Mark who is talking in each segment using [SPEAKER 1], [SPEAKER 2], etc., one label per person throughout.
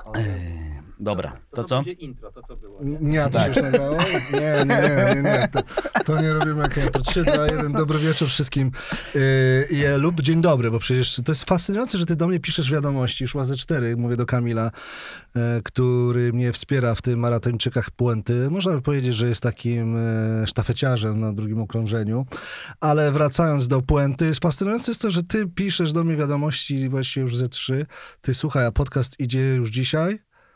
[SPEAKER 1] Dobra, to
[SPEAKER 2] To
[SPEAKER 1] co?
[SPEAKER 2] będzie intro, to co było, nie?
[SPEAKER 3] Nie, to się już nagrało? Nie. To nie robimy jak intro. 3, 2, 1. Dobry wieczór wszystkim. Lub dzień dobry, bo przecież to jest fascynujące, że ty do mnie piszesz wiadomości. Szła ze 4, mówię do Kamila, który mnie wspiera w tym maratończykach Puenty. Można by powiedzieć, że jest takim sztafeciarzem na drugim okrążeniu. Ale wracając do Puenty, jest fascynujące jest to, że ty piszesz do mnie wiadomości właściwie już ze 3. Ty słuchaj, a podcast idzie już dzisiaj?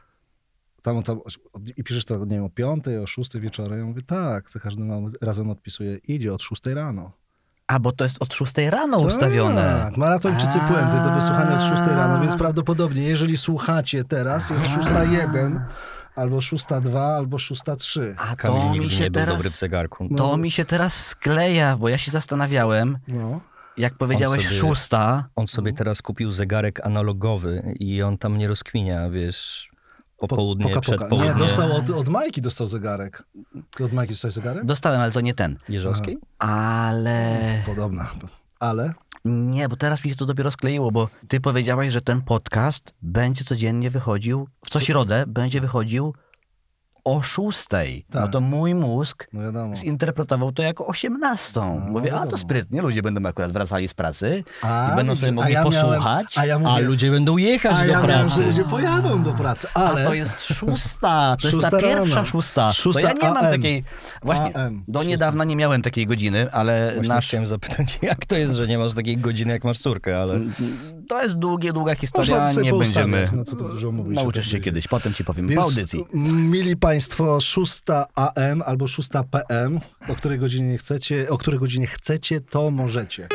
[SPEAKER 3] I piszesz to, nie wiem, o 5, o 6 wieczorem. Ja mówię, tak, za każdym razem odpisuję. Idzie od 6 rano.
[SPEAKER 1] A, bo to jest od 6 rano ustawione.
[SPEAKER 3] Tak, maratończycy Puenty do wysłuchania od 6 rano, więc prawdopodobnie, jeżeli słuchacie teraz, jest 6:01, albo 6:02, albo 6:03.
[SPEAKER 1] A
[SPEAKER 4] Kamil
[SPEAKER 1] to mi
[SPEAKER 4] nigdy
[SPEAKER 1] się
[SPEAKER 4] nie był dobry w
[SPEAKER 1] teraz...
[SPEAKER 4] zegarku.
[SPEAKER 1] To mi się teraz skleja, bo ja się zastanawiałem,
[SPEAKER 3] No.
[SPEAKER 1] jak powiedziałeś
[SPEAKER 4] sobie-
[SPEAKER 1] 6.
[SPEAKER 4] On sobie teraz kupił zegarek analogowy i on tam nie rozkminia, wiesz, popołudnie, przed
[SPEAKER 3] Nie,
[SPEAKER 4] południem.
[SPEAKER 3] dostał od Majki dostał zegarek. Ty od Majki dostałeś zegarek?
[SPEAKER 1] Dostałem, ale to nie ten.
[SPEAKER 4] Jeżowskiej?
[SPEAKER 1] Ale...
[SPEAKER 3] Podobna. Ale?
[SPEAKER 1] Nie, bo teraz mi się to dopiero skleiło, bo ty powiedziałeś, że ten podcast będzie codziennie wychodził, w co środę będzie wychodził o 6. No to mój mózg
[SPEAKER 3] No wiadomo.
[SPEAKER 1] zinterpretował to jako 18. Mówię, a
[SPEAKER 3] wiadomo.
[SPEAKER 1] to sprytnie, ludzie będą akurat wracali z pracy
[SPEAKER 3] A,
[SPEAKER 1] i będą
[SPEAKER 3] widzisz,
[SPEAKER 1] sobie mogli posłuchać.
[SPEAKER 3] A ja
[SPEAKER 4] A
[SPEAKER 3] mówię,
[SPEAKER 4] ludzie będą jechać do
[SPEAKER 3] ja mówię,
[SPEAKER 4] pracy.
[SPEAKER 3] że ludzie pojadą do pracy, ale...
[SPEAKER 1] A to jest 6, to jest
[SPEAKER 3] 6
[SPEAKER 1] ta pierwsza
[SPEAKER 3] rano.
[SPEAKER 1] 6.
[SPEAKER 3] 6
[SPEAKER 1] To ja nie mam
[SPEAKER 3] AM.
[SPEAKER 1] takiej, właśnie
[SPEAKER 3] AM,
[SPEAKER 1] do
[SPEAKER 3] 6.
[SPEAKER 1] niedawna nie miałem takiej godziny, ale
[SPEAKER 4] Właśnie chciałem zapytać, jak to jest, że nie masz takiej godziny, jak masz córkę, ale...
[SPEAKER 1] to jest długa
[SPEAKER 3] Można
[SPEAKER 1] historia,
[SPEAKER 3] sobie
[SPEAKER 1] nie
[SPEAKER 3] poustawiać,
[SPEAKER 1] będziemy...
[SPEAKER 3] no co tu dużo mówić.
[SPEAKER 1] Nauczysz się kiedyś, potem ci powiem po audycji.
[SPEAKER 3] Mili Państwo, 6 AM albo 6 PM, o której godzinie chcecie, to możecie.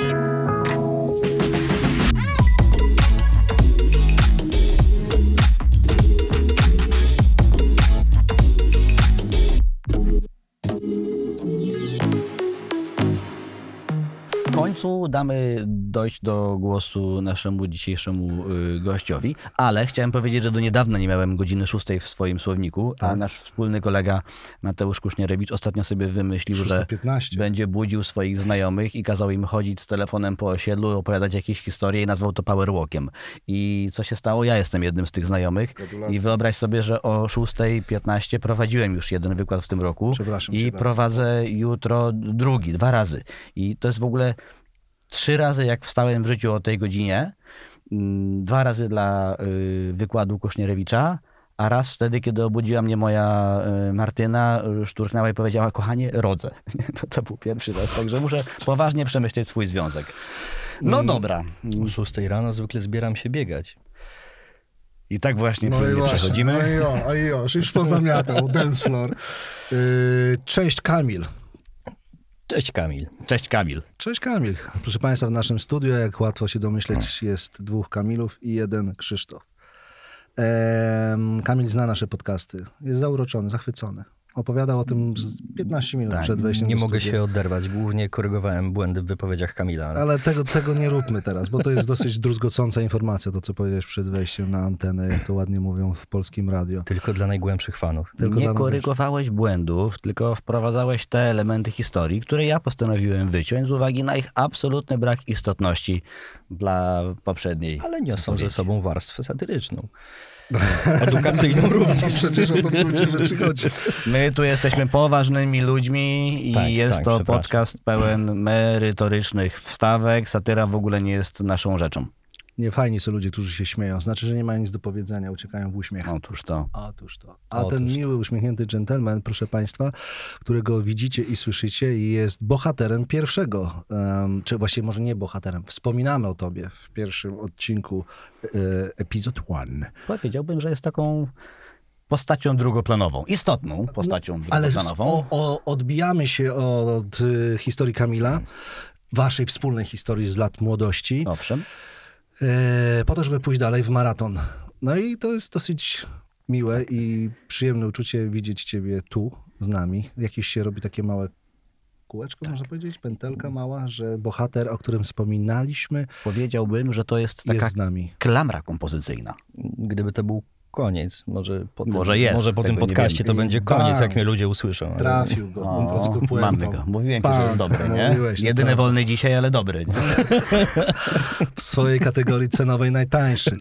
[SPEAKER 1] W końcu damy dojść do głosu naszemu dzisiejszemu gościowi, ale chciałem powiedzieć, że do niedawna nie miałem godziny 6 w swoim słowniku, a nasz wspólny kolega Mateusz Kusznierewicz ostatnio sobie wymyślił, że
[SPEAKER 3] 6:15.
[SPEAKER 1] będzie budził swoich znajomych i kazał im chodzić z telefonem po osiedlu, opowiadać jakieś historie i nazwał to powerwalkiem. I co się stało? Ja jestem jednym z tych znajomych i wyobraź sobie, że o 6:15 prowadziłem już jeden wykład w tym roku
[SPEAKER 3] Przepraszam
[SPEAKER 1] i
[SPEAKER 3] cię bardzo.
[SPEAKER 1] prowadzę jutro drugi, 2 razy. I to jest w ogóle 3 razy, jak wstałem w życiu o tej godzinie, 2 razy dla wykładu Kusznierewicza, a raz wtedy, kiedy obudziła mnie moja Martyna, szturchnęła i powiedziała, kochanie, rodzę. To był pierwszy raz, także muszę poważnie przemyśleć swój związek. No dobra.
[SPEAKER 4] O 6 rano zwykle zbieram się biegać.
[SPEAKER 1] I tak właśnie
[SPEAKER 3] No i
[SPEAKER 1] płynnie
[SPEAKER 3] właśnie,
[SPEAKER 1] przechodzimy.
[SPEAKER 3] no i już pozamiatał, dance floor. Cześć Kamil.
[SPEAKER 4] Cześć Kamil.
[SPEAKER 1] Cześć Kamil.
[SPEAKER 3] Cześć Kamil. Proszę Państwa, w naszym studiu, jak łatwo się domyśleć, jest 2 Kamilów i 1 Krzysztof. Kamil zna nasze podcasty. Jest zauroczony, zachwycony. Opowiadał o tym z 15 minut
[SPEAKER 1] Tak,
[SPEAKER 3] przed wejściem
[SPEAKER 4] Nie
[SPEAKER 3] do
[SPEAKER 4] mogę
[SPEAKER 3] studia.
[SPEAKER 4] się oderwać. Głównie korygowałem błędy w wypowiedziach Kamila.
[SPEAKER 3] Ale tego nie róbmy teraz, bo to jest dosyć druzgocąca informacja, to co powiedziałeś przed wejściem na antenę, jak to ładnie mówią w polskim radio.
[SPEAKER 4] Tylko dla najgłębszych fanów.
[SPEAKER 3] Tylko
[SPEAKER 1] Nie
[SPEAKER 3] dla
[SPEAKER 1] korygowałeś błędów, tylko wprowadzałeś te elementy historii, które ja postanowiłem wyciąć z uwagi na ich absolutny brak istotności dla poprzedniej.
[SPEAKER 4] Ale niosą
[SPEAKER 1] Opowiedzi.
[SPEAKER 4] ze sobą warstwę satyryczną. Edukacyjną również.
[SPEAKER 3] No przecież o to w gruncie rzeczy chodzi.
[SPEAKER 1] My tu jesteśmy poważnymi ludźmi i
[SPEAKER 4] Tak,
[SPEAKER 1] jest
[SPEAKER 4] tak,
[SPEAKER 1] to
[SPEAKER 4] przepraszam.
[SPEAKER 1] podcast pełen merytorycznych wstawek. Satyra w ogóle nie jest naszą rzeczą.
[SPEAKER 3] Nie, fajni są ludzie, którzy się śmieją. Znaczy, że nie mają nic do powiedzenia, uciekają w uśmiech.
[SPEAKER 1] Otóż to.
[SPEAKER 3] Otóż to. A ten miły, uśmiechnięty dżentelmen, proszę Państwa, którego widzicie i słyszycie, jest bohaterem pierwszego, czy właściwie może nie bohaterem, wspominamy o tobie w pierwszym odcinku, epizod 1.
[SPEAKER 1] Powiedziałbym, że jest taką postacią drugoplanową. Istotną postacią
[SPEAKER 3] Ale
[SPEAKER 1] drugoplanową.
[SPEAKER 3] odbijamy się od historii Kamila, waszej wspólnej historii z lat młodości,
[SPEAKER 1] Owszem.
[SPEAKER 3] po to, żeby pójść dalej w maraton. No i to jest dosyć miłe i przyjemne uczucie widzieć ciebie tu z nami. Jakieś się robi takie małe kółeczko, można powiedzieć, pętelka mała, że bohater, o którym wspominaliśmy,
[SPEAKER 1] Powiedziałbym, że to jest taka
[SPEAKER 3] jest z nami.
[SPEAKER 1] klamra kompozycyjna.
[SPEAKER 4] Gdyby to był koniec. Może po tym,
[SPEAKER 1] Może jest,
[SPEAKER 4] może po tym
[SPEAKER 1] tego nie
[SPEAKER 4] podcaście
[SPEAKER 1] wiemy.
[SPEAKER 4] to
[SPEAKER 3] I
[SPEAKER 4] będzie koniec,
[SPEAKER 3] bang.
[SPEAKER 4] jak mnie ludzie usłyszą. ale-
[SPEAKER 3] Trafił go po prostu puentą.
[SPEAKER 1] mamy go. Mówiłem ci, że jest dobry, nie?
[SPEAKER 3] Mówiłeś,
[SPEAKER 1] Jedyny
[SPEAKER 3] tak.
[SPEAKER 1] wolny dzisiaj, ale dobry. Nie?
[SPEAKER 3] W swojej kategorii cenowej najtańszy.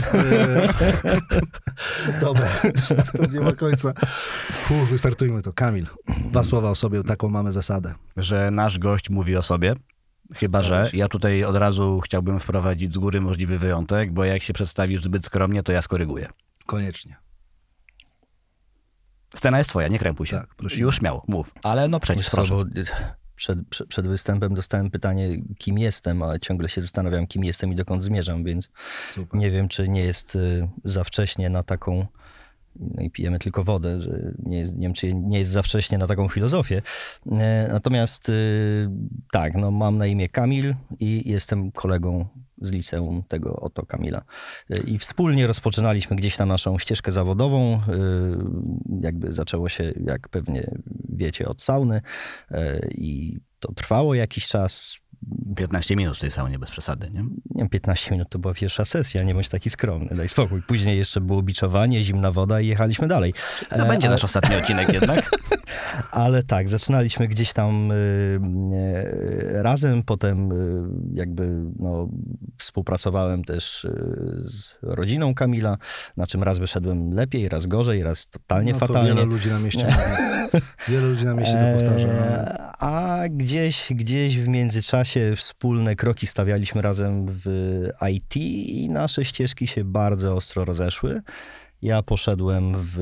[SPEAKER 3] Dobra, to nie ma końca. Wystartujmy to. Kamil, 2 słowa o sobie, taką mamy zasadę.
[SPEAKER 1] Że nasz gość mówi o sobie. Chyba, że ja tutaj od razu chciałbym wprowadzić z góry możliwy wyjątek, bo jak się przedstawisz zbyt skromnie, to ja skoryguję.
[SPEAKER 3] Koniecznie.
[SPEAKER 1] Scena jest twoja, nie krępuj się.
[SPEAKER 3] Tak, prosimy.
[SPEAKER 1] Już śmiało, mów. Ale no przecież,
[SPEAKER 4] Wiesz co,
[SPEAKER 1] proszę.
[SPEAKER 4] bo przed występem dostałem pytanie, kim jestem, a ciągle się zastanawiam, kim jestem i dokąd zmierzam, więc
[SPEAKER 3] Super.
[SPEAKER 4] nie wiem, czy nie jest za wcześnie na taką, no i pijemy tylko wodę, że nie wiem, czy nie jest za wcześnie na taką filozofię. Natomiast tak, no mam na imię Kamil i jestem kolegą z liceum tego oto Kamila. I wspólnie rozpoczynaliśmy gdzieś tam naszą ścieżkę zawodową. Jakby zaczęło się, jak pewnie wiecie, od sauny i to trwało jakiś czas.
[SPEAKER 1] 15 minut w tej saunie, bez przesady, nie?
[SPEAKER 4] Nie wiem, 15 minut to była pierwsza sesja, nie bądź taki skromny, daj spokój. Później jeszcze było biczowanie, zimna woda i jechaliśmy dalej.
[SPEAKER 1] No będzie nasz ostatni odcinek jednak.
[SPEAKER 4] Ale tak, zaczynaliśmy gdzieś tam razem, potem jakby no, współpracowałem też z rodziną Kamila, na czym raz wyszedłem lepiej, raz gorzej, raz totalnie
[SPEAKER 3] No to
[SPEAKER 4] fatalnie.
[SPEAKER 3] wiele ludzi na mieście wiele ludzi na mieście to powtarza.
[SPEAKER 4] A gdzieś w międzyczasie wspólne kroki stawialiśmy razem w IT i nasze ścieżki się bardzo ostro rozeszły. Ja poszedłem w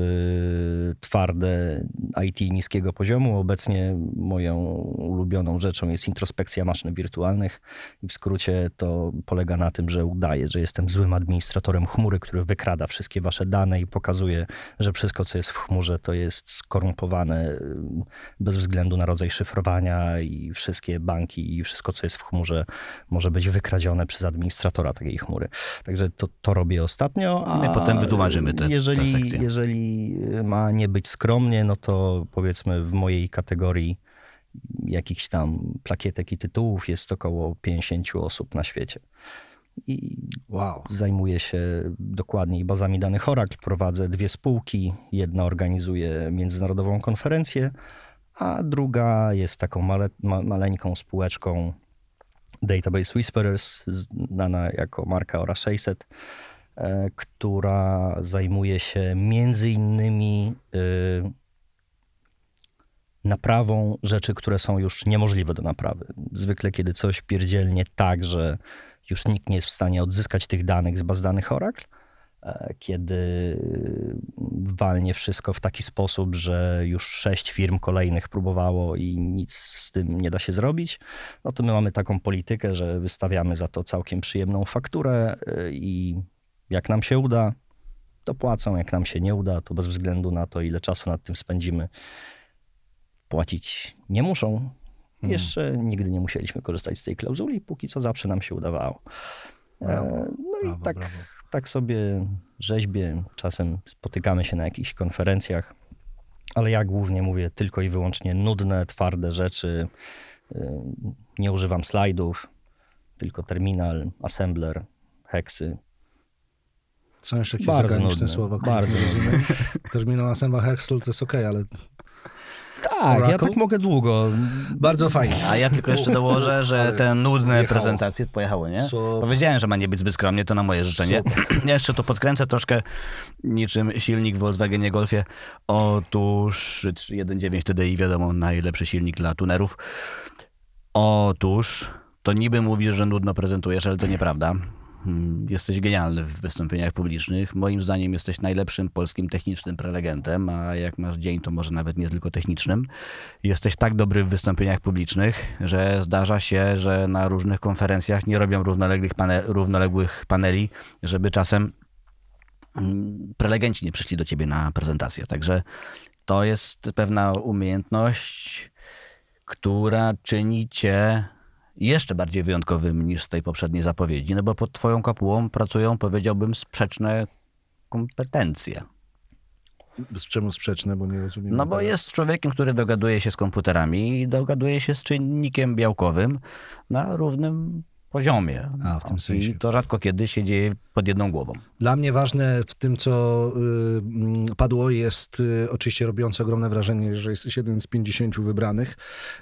[SPEAKER 4] twarde IT niskiego poziomu. Obecnie moją ulubioną rzeczą jest introspekcja maszyn wirtualnych. I w skrócie to polega na tym, że udaję, że jestem złym administratorem chmury, który wykrada wszystkie wasze dane i pokazuje, że wszystko, co jest w chmurze, to jest skorumpowane bez względu na rodzaj szyfrowania i wszystkie banki i wszystko, co jest w chmurze, może być wykradzione przez administratora takiej chmury. Także to robię ostatnio. A
[SPEAKER 1] My potem wytłumaczymy tę sekcję.
[SPEAKER 4] Jeżeli ma nie być skromnie, no to powiedzmy w mojej kategorii jakichś tam plakietek i tytułów jest około 50 osób na świecie. I
[SPEAKER 3] Wow.
[SPEAKER 4] zajmuję się dokładniej bazami danych Oracle, prowadzę 2 spółki. Jedna organizuje międzynarodową konferencję, a druga jest taką maleńką spółeczką Database Whisperers, znana jako marka Ora 600, która zajmuje się między innymi naprawą rzeczy, które są już niemożliwe do naprawy. Zwykle, kiedy coś pierdzielnie tak, że już nikt nie jest w stanie odzyskać tych danych z baz danych Oracle, kiedy walnie wszystko w taki sposób, że już 6 firm kolejnych próbowało i nic z tym nie da się zrobić, no to my mamy taką politykę, że wystawiamy za to całkiem przyjemną fakturę i jak nam się uda, to płacą, jak nam się nie uda, to bez względu na to, ile czasu nad tym spędzimy, płacić nie muszą. Jeszcze nigdy nie musieliśmy korzystać z tej klauzuli, póki co zawsze nam się udawało. No i tak sobie rzeźbię, czasem spotykamy się na jakichś konferencjach, ale ja głównie mówię tylko i wyłącznie nudne, twarde rzeczy. Nie używam slajdów, tylko terminal, assembler, heksy.
[SPEAKER 3] Są jeszcze jakieś
[SPEAKER 4] Bardzo
[SPEAKER 3] zagraniczne
[SPEAKER 4] nudne,
[SPEAKER 3] słowa, które
[SPEAKER 4] bardzo
[SPEAKER 3] nie rozumiem. Terminal Assembler Hexel to jest okej, ale
[SPEAKER 4] Tak,
[SPEAKER 3] Oracle?
[SPEAKER 4] ja tak mogę długo.
[SPEAKER 3] bardzo fajnie.
[SPEAKER 1] A ja tylko jeszcze dołożę, że te nudne
[SPEAKER 3] pojechało.
[SPEAKER 1] prezentacje pojechało, nie?
[SPEAKER 3] Super.
[SPEAKER 1] Powiedziałem, że ma nie być zbyt skromnie, to na moje życzenie. Ja jeszcze to podkręcę troszkę niczym silnik w Volkswagenie Golfie. Otóż 1.9 TDI, wiadomo, najlepszy silnik dla tunerów. Otóż to niby mówisz, że nudno prezentujesz, ale to nieprawda. Jesteś genialny w wystąpieniach publicznych. Moim zdaniem jesteś najlepszym polskim technicznym prelegentem, a jak masz dzień, to może nawet nie tylko technicznym. Jesteś tak dobry w wystąpieniach publicznych, że zdarza się, że na różnych konferencjach nie robią równoległych paneli, żeby czasem prelegenci nie przyszli do ciebie na prezentację. Także to jest pewna umiejętność, która czyni cię jeszcze bardziej wyjątkowym niż z tej poprzedniej zapowiedzi, no bo pod twoją kopułą pracują, powiedziałbym, sprzeczne kompetencje.
[SPEAKER 3] Z czemu sprzeczne, bo nie rozumiem.
[SPEAKER 1] No bo jest człowiekiem, który dogaduje się z komputerami i dogaduje się z czynnikiem białkowym na równym poziomie.
[SPEAKER 3] A, w tym sensie.
[SPEAKER 1] I to rzadko kiedy się dzieje pod jedną głową.
[SPEAKER 3] Dla mnie ważne w tym, co padło, jest oczywiście robiące ogromne wrażenie, że jesteś jeden z 50 wybranych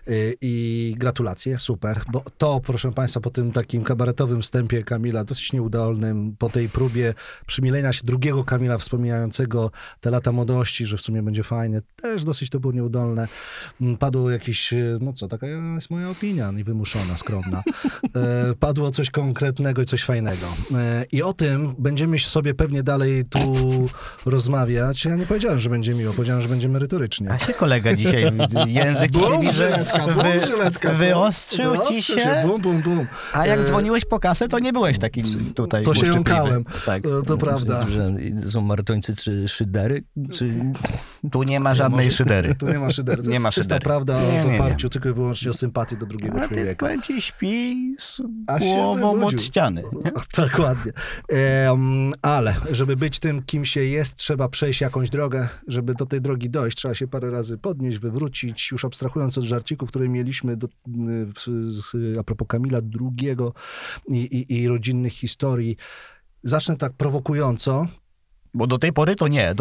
[SPEAKER 3] i gratulacje, super, bo to, proszę Państwa, po tym takim kabaretowym wstępie Kamila, dosyć nieudolnym, po tej próbie przymilenia się drugiego Kamila wspominającego te lata młodości, że w sumie będzie fajnie, też dosyć to było nieudolne. Padło jakieś, no co, taka jest moja opinia, niewymuszona, skromna. Padło coś konkretnego i coś fajnego. I o tym będziemy sobie pewnie dalej tu rozmawiać. Ja nie powiedziałem, że będzie miło, powiedziałem, że będzie merytorycznie.
[SPEAKER 1] A się kolega dzisiaj, język ci się widzę, wyostrzył ci się,
[SPEAKER 3] Bum.
[SPEAKER 1] a jak dzwoniłeś po kasę, to nie byłeś taki tutaj
[SPEAKER 3] To się
[SPEAKER 1] uszczypliwy.
[SPEAKER 3] jąkałem,
[SPEAKER 1] Tak.
[SPEAKER 3] to prawda.
[SPEAKER 4] Że są maratońcy czy szydery? Czy...
[SPEAKER 1] Tu nie ma żadnej szydery.
[SPEAKER 3] Tu nie ma szydery. To
[SPEAKER 1] Nie
[SPEAKER 3] jest
[SPEAKER 1] ma
[SPEAKER 3] czysta
[SPEAKER 1] szydery.
[SPEAKER 3] prawda
[SPEAKER 1] Nie,
[SPEAKER 3] o
[SPEAKER 1] nie.
[SPEAKER 3] poparciu tylko i wyłącznie o sympatii do drugiego
[SPEAKER 1] A ty,
[SPEAKER 3] człowieka.
[SPEAKER 1] powiem ci, śpi z
[SPEAKER 3] A się
[SPEAKER 1] głową
[SPEAKER 3] wybudził.
[SPEAKER 1] od ściany.
[SPEAKER 3] Dokładnie. Ale żeby być tym, kim się jest, trzeba przejść jakąś drogę. Żeby do tej drogi dojść, trzeba się parę razy podnieść, wywrócić, już abstrahując od żarcików, które mieliśmy a propos Kamila II i rodzinnych historii. Zacznę tak prowokująco.
[SPEAKER 1] Bo do tej pory to nie.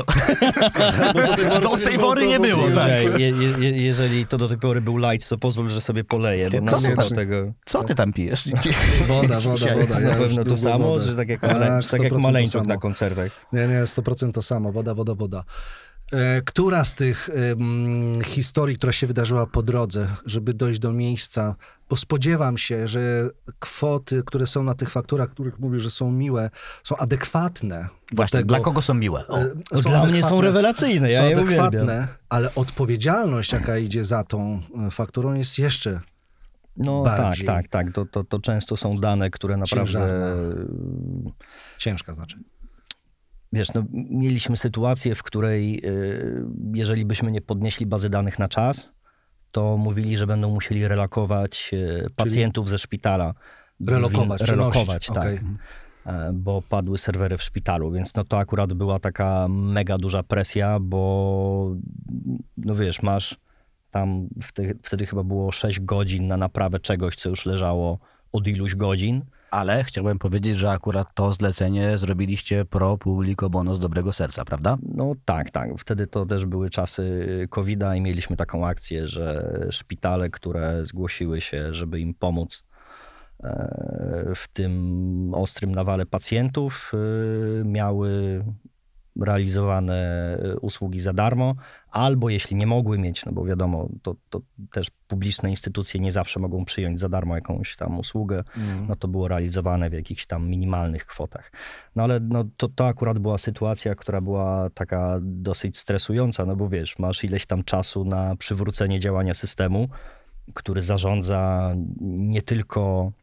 [SPEAKER 1] Do tej pory nie było, tak.
[SPEAKER 4] Jeżeli to do tej pory był light, to pozwól, że sobie poleję.
[SPEAKER 1] Ty,
[SPEAKER 4] Bo
[SPEAKER 1] co
[SPEAKER 4] nas
[SPEAKER 1] ty
[SPEAKER 4] słuchał
[SPEAKER 3] tam-
[SPEAKER 4] tego.
[SPEAKER 1] Co ty tam pijesz?
[SPEAKER 3] Woda.
[SPEAKER 4] Jest na
[SPEAKER 3] Ja już
[SPEAKER 4] pewno to
[SPEAKER 3] długo
[SPEAKER 4] samo,
[SPEAKER 3] wodę.
[SPEAKER 4] że tak jak,
[SPEAKER 3] Tak,
[SPEAKER 4] tak jak
[SPEAKER 3] 100% to
[SPEAKER 4] maleńczuk
[SPEAKER 3] samo.
[SPEAKER 4] na koncertach.
[SPEAKER 3] Nie, 100% to samo. Woda. Która z tych historii, która się wydarzyła po drodze, żeby dojść do miejsca, bo spodziewam się, że kwoty, które są na tych fakturach, których mówisz, że są miłe, są adekwatne.
[SPEAKER 1] Właśnie,
[SPEAKER 3] do tego.
[SPEAKER 1] dla kogo są miłe? O.
[SPEAKER 4] To dla mnie są rewelacyjne, ja
[SPEAKER 3] są
[SPEAKER 4] je uwielbiam.
[SPEAKER 3] adekwatne, ale odpowiedzialność, jaka idzie za tą fakturą, jest jeszcze
[SPEAKER 4] No
[SPEAKER 3] bardziej
[SPEAKER 4] tak. To często są dane, które naprawdę...
[SPEAKER 3] ciężarna. Ciężka znaczy.
[SPEAKER 4] Wiesz, no, mieliśmy sytuację, w której jeżeli byśmy nie podnieśli bazy danych na czas, to mówili, że będą musieli relokować pacjentów ze szpitala.
[SPEAKER 3] Relokować,
[SPEAKER 4] Relokować,
[SPEAKER 3] przenosić,
[SPEAKER 4] tak.
[SPEAKER 3] okej.
[SPEAKER 4] Bo padły serwery w szpitalu, więc no to akurat była taka mega duża presja, bo no wiesz, masz tam wtedy chyba było 6 godzin na naprawę czegoś, co już leżało od iluś godzin.
[SPEAKER 1] Ale chciałbym powiedzieć, że akurat to zlecenie zrobiliście pro publico bono z dobrego serca, prawda?
[SPEAKER 4] No tak. Wtedy to też były czasy COVID-a i mieliśmy taką akcję, że szpitale, które zgłosiły się, żeby im pomóc w tym ostrym nawale pacjentów, miały realizowane usługi za darmo, albo jeśli nie mogły mieć, no bo wiadomo, to też publiczne instytucje nie zawsze mogą przyjąć za darmo jakąś tam usługę, no to było realizowane w jakichś tam minimalnych kwotach. No ale no, to akurat była sytuacja, która była taka dosyć stresująca, no bo wiesz, masz ileś tam czasu na przywrócenie działania systemu, który zarządza nie tylko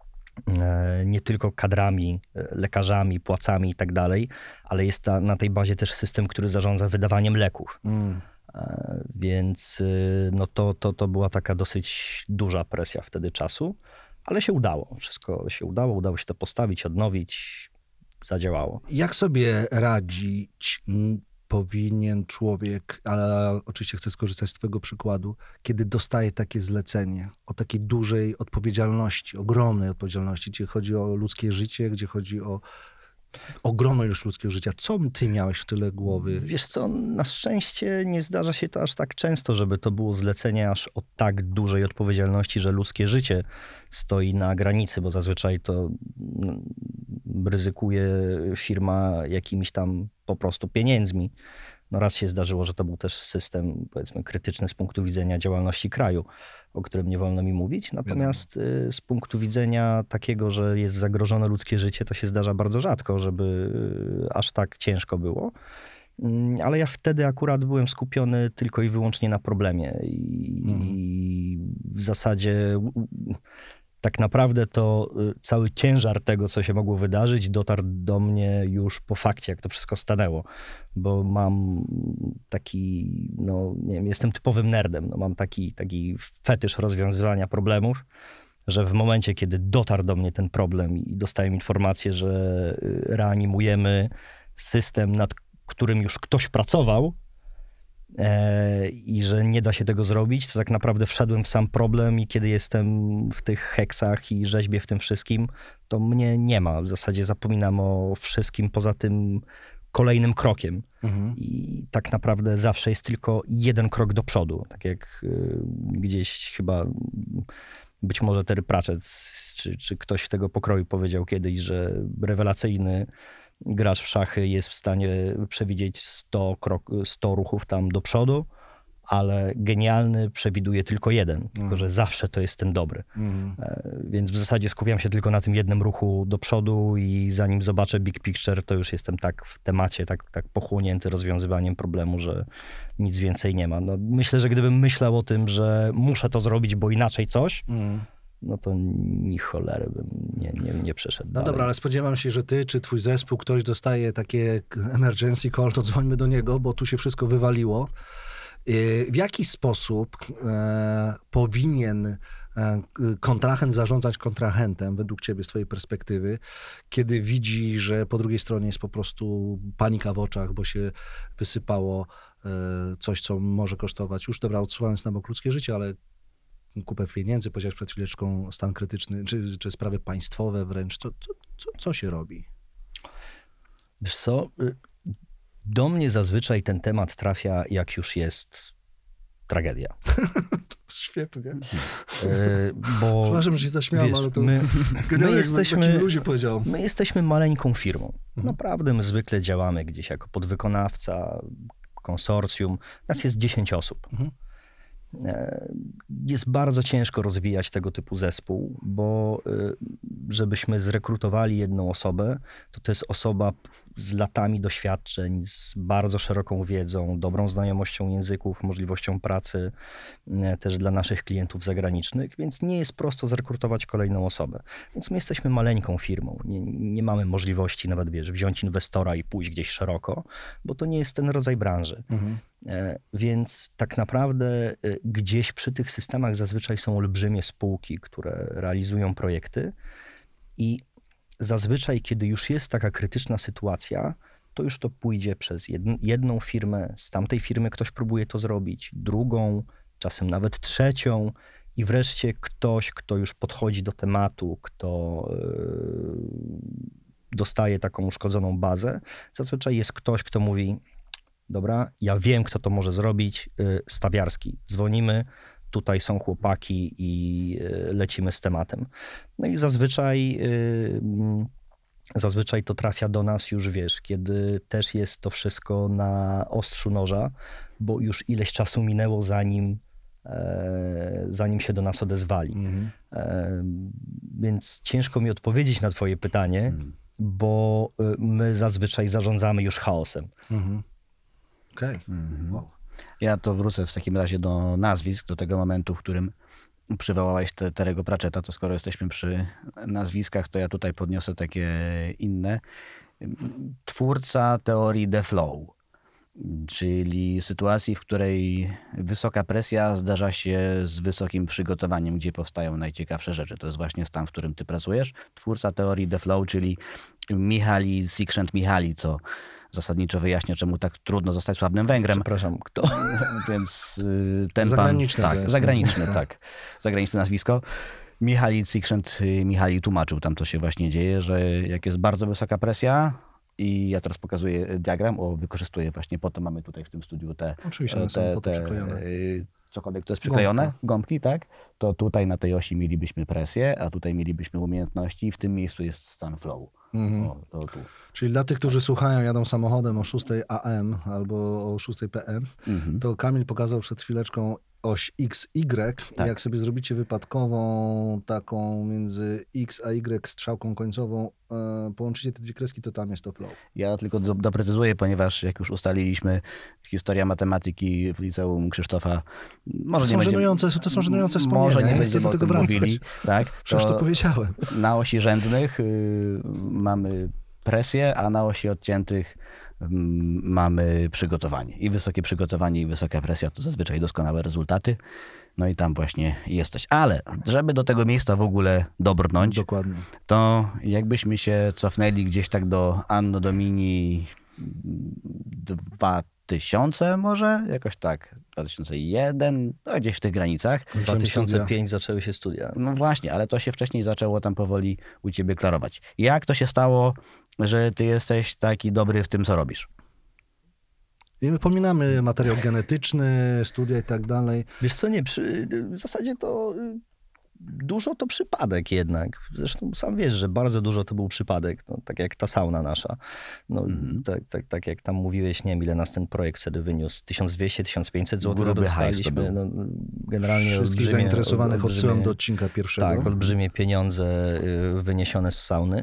[SPEAKER 4] kadrami, lekarzami, płacami i tak dalej, ale jest na tej bazie też system, który zarządza wydawaniem leków. Więc no to była taka dosyć duża presja wtedy czasu, ale się udało. Wszystko się udało się to postawić, odnowić, zadziałało.
[SPEAKER 3] Jak sobie radzić powinien człowiek, ale oczywiście chcę skorzystać z twojego przykładu, kiedy dostaje takie zlecenie o takiej dużej odpowiedzialności, ogromnej odpowiedzialności, gdzie chodzi o ludzkie życie, gdzie chodzi o ogromną ilość ludzkiego życia. Co ty miałeś w tyle głowy?
[SPEAKER 4] Wiesz co, na szczęście nie zdarza się to aż tak często, żeby to było zlecenie aż o tak dużej odpowiedzialności, że ludzkie życie stoi na granicy, bo zazwyczaj to ryzykuje firma jakimiś tam po prostu pieniędzmi. No raz się zdarzyło, że to był też system, powiedzmy, krytyczny z punktu widzenia działalności kraju, o którym nie wolno mi mówić. Natomiast z punktu widzenia takiego, że jest zagrożone ludzkie życie, to się zdarza bardzo rzadko, żeby aż tak ciężko było. Ale ja wtedy akurat byłem skupiony tylko i wyłącznie na problemie. I w zasadzie tak naprawdę to cały ciężar tego, co się mogło wydarzyć, dotarł do mnie już po fakcie, jak to wszystko stanęło. Bo mam taki, no nie wiem, jestem typowym nerdem. No, mam taki fetysz rozwiązywania problemów, że w momencie, kiedy dotarł do mnie ten problem i dostałem informację, że reanimujemy system, nad którym już ktoś pracował, i że nie da się tego zrobić, to tak naprawdę wszedłem w sam problem i kiedy jestem w tych heksach i rzeźbię w tym wszystkim, to mnie nie ma. W zasadzie zapominam o wszystkim poza tym kolejnym krokiem. I tak naprawdę zawsze jest tylko jeden krok do przodu. Tak jak gdzieś chyba być może Terry Pratchett czy ktoś tego pokroju powiedział kiedyś, że rewelacyjny gracz w szachy jest w stanie przewidzieć 100 ruchów tam do przodu, ale genialny przewiduje tylko jeden, tylko że zawsze to jest ten dobry. Więc w zasadzie skupiam się tylko na tym jednym ruchu do przodu i zanim zobaczę big picture, to już jestem tak w temacie, tak pochłonięty rozwiązywaniem problemu, że nic więcej nie ma. No, myślę, że gdybym myślał o tym, że muszę to zrobić, bo inaczej coś, no to ni cholery bym nie przeszedł
[SPEAKER 3] No
[SPEAKER 4] dalej.
[SPEAKER 3] dobra, ale spodziewam się, że ty czy twój zespół, ktoś dostaje takie emergency call, to dzwońmy do niego, bo tu się wszystko wywaliło. W jaki sposób powinien kontrahent zarządzać kontrahentem, według ciebie, z twojej perspektywy, kiedy widzi, że po drugiej stronie jest po prostu panika w oczach, bo się wysypało coś, co może kosztować, już dobra, odsuwając na bok ludzkie życie, ale kupę pieniędzy, powiedziałeś przed chwileczką stan krytyczny, czy sprawy państwowe wręcz. Co się robi?
[SPEAKER 4] Wiesz co, do mnie zazwyczaj ten temat trafia, jak już jest tragedia.
[SPEAKER 3] Świetnie.
[SPEAKER 4] Bo
[SPEAKER 3] Przepraszam, że się zaśmiałem,
[SPEAKER 4] wiesz,
[SPEAKER 3] ale to
[SPEAKER 4] my
[SPEAKER 3] jesteśmy ludzie, powiedział.
[SPEAKER 4] My jesteśmy maleńką firmą. Naprawdę my zwykle działamy gdzieś jako podwykonawca, konsorcjum. Nas jest 10 osób. Jest bardzo ciężko rozwijać tego typu zespół, bo żebyśmy zrekrutowali jedną osobę, to jest osoba z latami doświadczeń, z bardzo szeroką wiedzą, dobrą znajomością języków, możliwością pracy też dla naszych klientów zagranicznych, więc nie jest prosto zrekrutować kolejną osobę. Więc my jesteśmy maleńką firmą. Nie mamy możliwości nawet, wziąć inwestora i pójść gdzieś szeroko, bo to nie jest ten rodzaj branży. Więc tak naprawdę gdzieś przy tych systemach zazwyczaj są olbrzymie spółki, które realizują projekty i zazwyczaj, kiedy już jest taka krytyczna sytuacja, to już to pójdzie przez jedną firmę, z tamtej firmy ktoś próbuje to zrobić, drugą, czasem nawet trzecią i wreszcie ktoś, kto już podchodzi do tematu, kto dostaje taką uszkodzoną bazę. Zazwyczaj jest ktoś, kto mówi: dobra, ja wiem, kto to może zrobić, Stawiarski, dzwonimy, tutaj są chłopaki i lecimy z tematem. No i zazwyczaj to trafia do nas już, kiedy też jest to wszystko na ostrzu noża, bo już ileś czasu minęło, zanim się do nas odezwali. Więc ciężko mi odpowiedzieć na twoje pytanie, bo my zazwyczaj zarządzamy już chaosem.
[SPEAKER 3] Okej. Wow.
[SPEAKER 1] Ja to wrócę w takim razie do nazwisk, do tego momentu, w którym przywołałeś Terry'ego Pratchetta, to skoro jesteśmy przy nazwiskach, to ja tutaj podniosę takie inne. Twórca teorii The Flow, czyli sytuacji, w której wysoka presja zdarza się z wysokim przygotowaniem, gdzie powstają najciekawsze rzeczy. To jest właśnie stan, w którym ty pracujesz. Twórca teorii The Flow, czyli Michali Csikszentmihalyi, co zasadniczo wyjaśnia, czemu tak trudno zostać sławnym Węgrem.
[SPEAKER 4] Przepraszam, kto?
[SPEAKER 1] Więc ten
[SPEAKER 3] Zagraniczne
[SPEAKER 1] pan...
[SPEAKER 3] to
[SPEAKER 1] Tak,
[SPEAKER 3] jest
[SPEAKER 1] zagraniczne, tak. Zagraniczne nazwisko. Michali Csikszentmihalyi tłumaczył, tam to się właśnie dzieje, że jak jest bardzo wysoka presja, i ja teraz pokazuję diagram, wykorzystuję właśnie, po to mamy tutaj w tym studiu
[SPEAKER 3] Oczywiście, one są po to przyklejone.
[SPEAKER 1] Cokolwiek to jest przyklejone, gąbki, tak? To tutaj na tej osi mielibyśmy presję, a tutaj mielibyśmy umiejętności i w tym miejscu jest stan flow. To tu.
[SPEAKER 3] Czyli dla tych, którzy słuchają, jadą samochodem o 6 AM albo o 6 PM, to Kamil pokazał przed chwileczką oś XY.
[SPEAKER 1] Tak.
[SPEAKER 3] Jak sobie zrobicie wypadkową taką między X a Y strzałką końcową, połączycie te dwie kreski, to tam jest to flow.
[SPEAKER 1] Ja tylko doprecyzuję, ponieważ jak już ustaliliśmy, historia matematyki w liceum Krzysztofa, może nie będzie...
[SPEAKER 3] To są żenujące wspomnienia.
[SPEAKER 1] Może nie
[SPEAKER 3] chcę
[SPEAKER 1] będziemy
[SPEAKER 3] do
[SPEAKER 1] o
[SPEAKER 3] tego
[SPEAKER 1] tym
[SPEAKER 3] wracać.
[SPEAKER 1] mówili. Tak?
[SPEAKER 3] Przecież to powiedziałem.
[SPEAKER 1] Na osi rzędnych mamy presję, a na osi odciętych mamy przygotowanie. I wysokie przygotowanie, i wysoka presja to zazwyczaj doskonałe rezultaty. No i tam właśnie jesteś. Ale żeby do tego miejsca w ogóle dobrnąć,
[SPEAKER 3] Dokładnie.
[SPEAKER 1] to jakbyśmy się cofnęli gdzieś tak do Anno Domini 2000 może, jakoś tak, 2001, no gdzieś w tych granicach.
[SPEAKER 4] 2005 zaczęły się studia.
[SPEAKER 1] No właśnie, ale to się wcześniej zaczęło tam powoli u ciebie klarować. Jak to się stało, że ty jesteś taki dobry w tym, co robisz?
[SPEAKER 3] I my pominamy materiał genetyczny, studia i tak dalej.
[SPEAKER 4] Wiesz co, nie, w zasadzie to dużo to przypadek jednak. Zresztą sam wiesz, że bardzo dużo to był przypadek, no, tak jak ta sauna nasza. No, tak jak tam mówiłeś, nie wiem, ile nas ten projekt wtedy wyniósł. 1200-1500 zł
[SPEAKER 1] Gruby hajs to
[SPEAKER 4] dostaliśmy. No, generalnie
[SPEAKER 3] Wszystkich zainteresowanych odsyłam do odcinka pierwszego.
[SPEAKER 4] Tak, olbrzymie pieniądze wyniesione z sauny.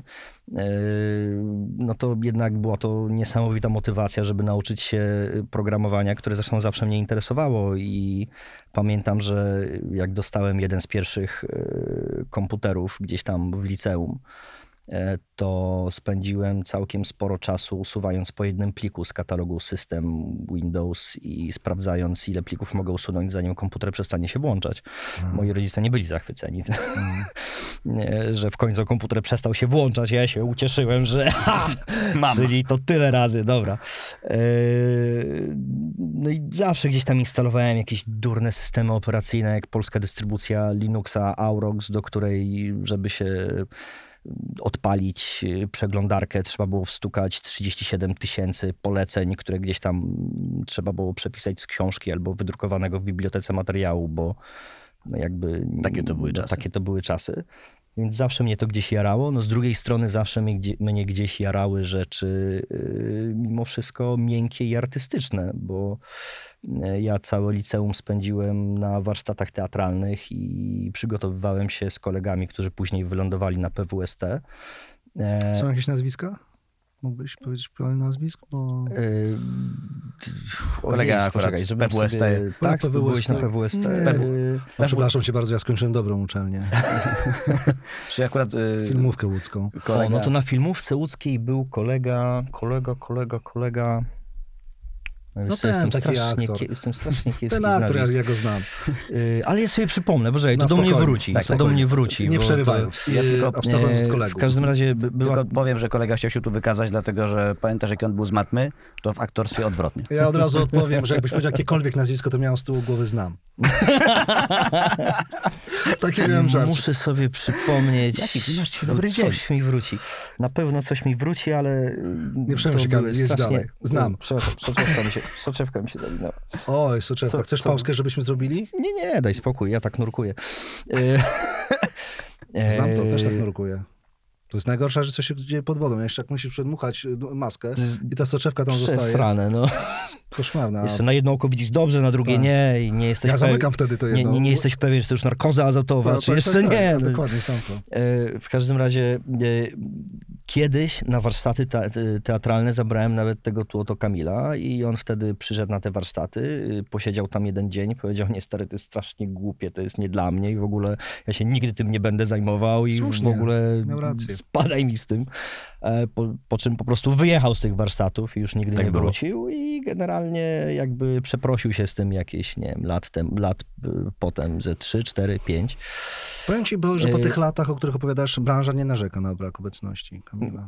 [SPEAKER 4] No to jednak była to niesamowita motywacja, żeby nauczyć się programowania, które zresztą zawsze mnie interesowało i pamiętam, że jak dostałem jeden z pierwszych komputerów gdzieś tam w liceum, to spędziłem całkiem sporo czasu usuwając po jednym pliku z katalogu System Windows i sprawdzając, ile plików mogę usunąć, zanim komputer przestanie się włączać. Moi rodzice nie byli zachwyceni, że w końcu komputer przestał się włączać. Ja się ucieszyłem, że czyli to tyle razy, dobra. No i zawsze gdzieś tam instalowałem jakieś durne systemy operacyjne, jak polska dystrybucja Linuxa Aurox, do której, żeby się odpalić przeglądarkę, trzeba było wstukać 37 000 poleceń, które gdzieś tam trzeba było przepisać z książki albo wydrukowanego w bibliotece materiału, bo no jakby...
[SPEAKER 1] Takie to były czasy.
[SPEAKER 4] Takie to były czasy. Więc zawsze mnie to gdzieś jarało. No z drugiej strony zawsze mnie gdzieś jarały rzeczy mimo wszystko miękkie i artystyczne, bo ja całe liceum spędziłem na warsztatach teatralnych i przygotowywałem się z kolegami, którzy później wylądowali na PWST.
[SPEAKER 3] Są jakieś nazwiska? Mógłbyś powiedzieć parę nazwisk? Bo...
[SPEAKER 1] Kolega akurat z PWST.
[SPEAKER 4] Tak, byłeś na PWST.
[SPEAKER 3] No, przepraszam cię bardzo, ja skończyłem dobrą uczelnię.
[SPEAKER 1] Czy akurat...
[SPEAKER 3] Filmówkę łódzką.
[SPEAKER 4] O, no to na filmówce łódzkiej był kolega.
[SPEAKER 3] No ten,
[SPEAKER 4] jestem strasznie kiepski
[SPEAKER 3] ten aktor, ja go znam.
[SPEAKER 4] Ale ja sobie przypomnę, Boże, to do mnie wróci.
[SPEAKER 1] Tak,
[SPEAKER 4] to do mnie wróci.
[SPEAKER 3] Nie przerywając. Ja tylko abstrahując od kolegów.
[SPEAKER 4] W każdym razie
[SPEAKER 1] Tylko powiem, że kolega chciał się tu wykazać, dlatego że pamiętasz, jak on był z matmy, to w aktorstwie odwrotnie.
[SPEAKER 3] Ja od razu odpowiem, że jakbyś powiedział jakiekolwiek nazwisko, to miałem z tyłu głowy znam. Takie miałem żart.
[SPEAKER 4] Muszę sobie przypomnieć.
[SPEAKER 1] Jaki ty masz dzisiaj dobry dzień.
[SPEAKER 4] Coś mi wróci. Na pewno coś mi wróci, ale...
[SPEAKER 3] Nie przejmuj się, Kamil, jedź dalej. Znam.
[SPEAKER 4] Soczewka mi się zawinęła.
[SPEAKER 3] Oj, soczewka. Chcesz pauzkę, żebyśmy zrobili?
[SPEAKER 4] Nie, daj spokój, ja tak nurkuję.
[SPEAKER 3] Znam to, też tak nurkuję. To jest najgorsza rzecz, co się dzieje pod wodą. Jeszcze jak musisz przedmuchać maskę i ta soczewka tam zostaje.
[SPEAKER 4] Przesrane, no.
[SPEAKER 3] Koszmarna.
[SPEAKER 4] Jeszcze na jedno oko widzisz dobrze, na drugie nie i nie jesteś
[SPEAKER 3] Ja zamykam wtedy to jedno.
[SPEAKER 4] Nie jesteś pewien, czy to już narkoza azotowa, czy jeszcze nie.
[SPEAKER 3] Tak, dokładnie, stamtąd.
[SPEAKER 4] W każdym razie kiedyś na warsztaty teatralne zabrałem nawet tego tu oto Kamila i on wtedy przyszedł na te warsztaty, posiedział tam jeden dzień, powiedział, nie stary, to jest strasznie głupie, to jest nie dla mnie i w ogóle ja się nigdy tym nie będę zajmował i
[SPEAKER 3] Słusznie,
[SPEAKER 4] w ogóle
[SPEAKER 3] miał rację.
[SPEAKER 4] spadaj mi z tym. Po czym po prostu wyjechał z tych warsztatów i już nigdy
[SPEAKER 1] Tak
[SPEAKER 4] nie
[SPEAKER 1] było.
[SPEAKER 4] wrócił i generalnie jakby przeprosił się z tym jakieś, nie wiem, lat potem ze 3, 4, 5.
[SPEAKER 3] Powiem ci, bo, że po tych latach, o których opowiadasz, branża nie narzeka na brak obecności Kamila.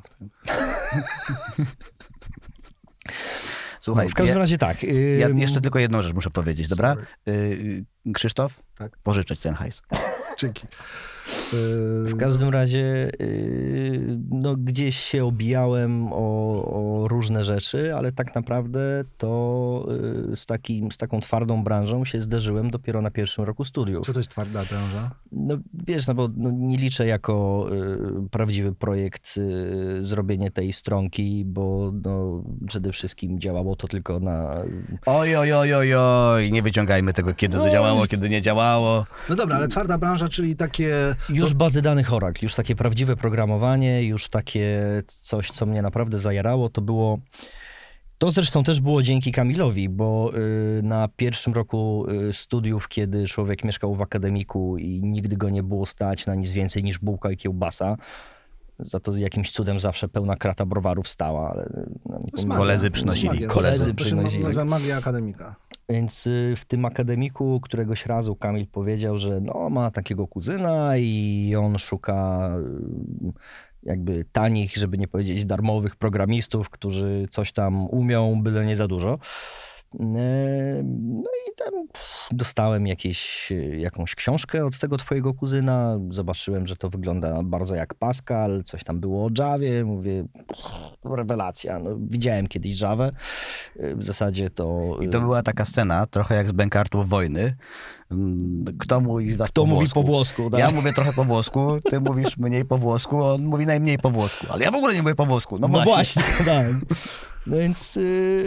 [SPEAKER 1] Słuchaj,
[SPEAKER 4] W każdym razie tak.
[SPEAKER 1] ja jeszcze tylko jedną rzecz muszę powiedzieć, dobra? Krzysztof,
[SPEAKER 3] Tak.
[SPEAKER 1] pożyczać ten hajs.
[SPEAKER 3] Dzięki.
[SPEAKER 4] W każdym razie no, gdzieś się obijałem o różne rzeczy, ale tak naprawdę to z taką twardą branżą się zderzyłem dopiero na pierwszym roku studiów.
[SPEAKER 3] Co to jest twarda branża?
[SPEAKER 4] No wiesz, no bo nie liczę jako prawdziwy projekt zrobienie tej stronki, bo no, przede wszystkim działało to tylko na...
[SPEAKER 1] Oj, nie wyciągajmy tego, kiedy to działało, kiedy nie działało.
[SPEAKER 3] No dobra, ale twarda branża, czyli takie...
[SPEAKER 4] Już bazy danych Oracle, już takie prawdziwe programowanie, już takie coś, co mnie naprawdę zajarało, to było... To zresztą też było dzięki Kamilowi, bo na pierwszym roku studiów, kiedy człowiek mieszkał w akademiku i nigdy go nie było stać na nic więcej niż bułka i kiełbasa, za to jakimś cudem zawsze pełna krata browarów stała. Ale, no,
[SPEAKER 1] Koledzy przynosili.
[SPEAKER 4] Koledzy
[SPEAKER 3] To się
[SPEAKER 4] przynosili.
[SPEAKER 3] nazywa magia akademika.
[SPEAKER 4] Więc w tym akademiku któregoś razu Kamil powiedział, że no, ma takiego kuzyna i on szuka jakby tanich, żeby nie powiedzieć darmowych programistów, którzy coś tam umią, byle nie za dużo. No i tam dostałem jakąś książkę od tego twojego kuzyna. Zobaczyłem, że to wygląda bardzo jak Pascal. Coś tam było o Javie. Mówię, rewelacja. No, widziałem kiedyś Javę. W zasadzie to...
[SPEAKER 1] I to była taka scena, trochę jak z Bękartów Wojny. Kto mówi z was
[SPEAKER 4] Kto
[SPEAKER 1] po
[SPEAKER 4] mówi
[SPEAKER 1] włosku?
[SPEAKER 4] po włosku, tak?
[SPEAKER 1] Ja mówię trochę po włosku, ty mówisz mniej po włosku, on mówi najmniej po włosku. Ale ja w ogóle nie mówię po włosku. No właśnie.
[SPEAKER 4] tak. No więc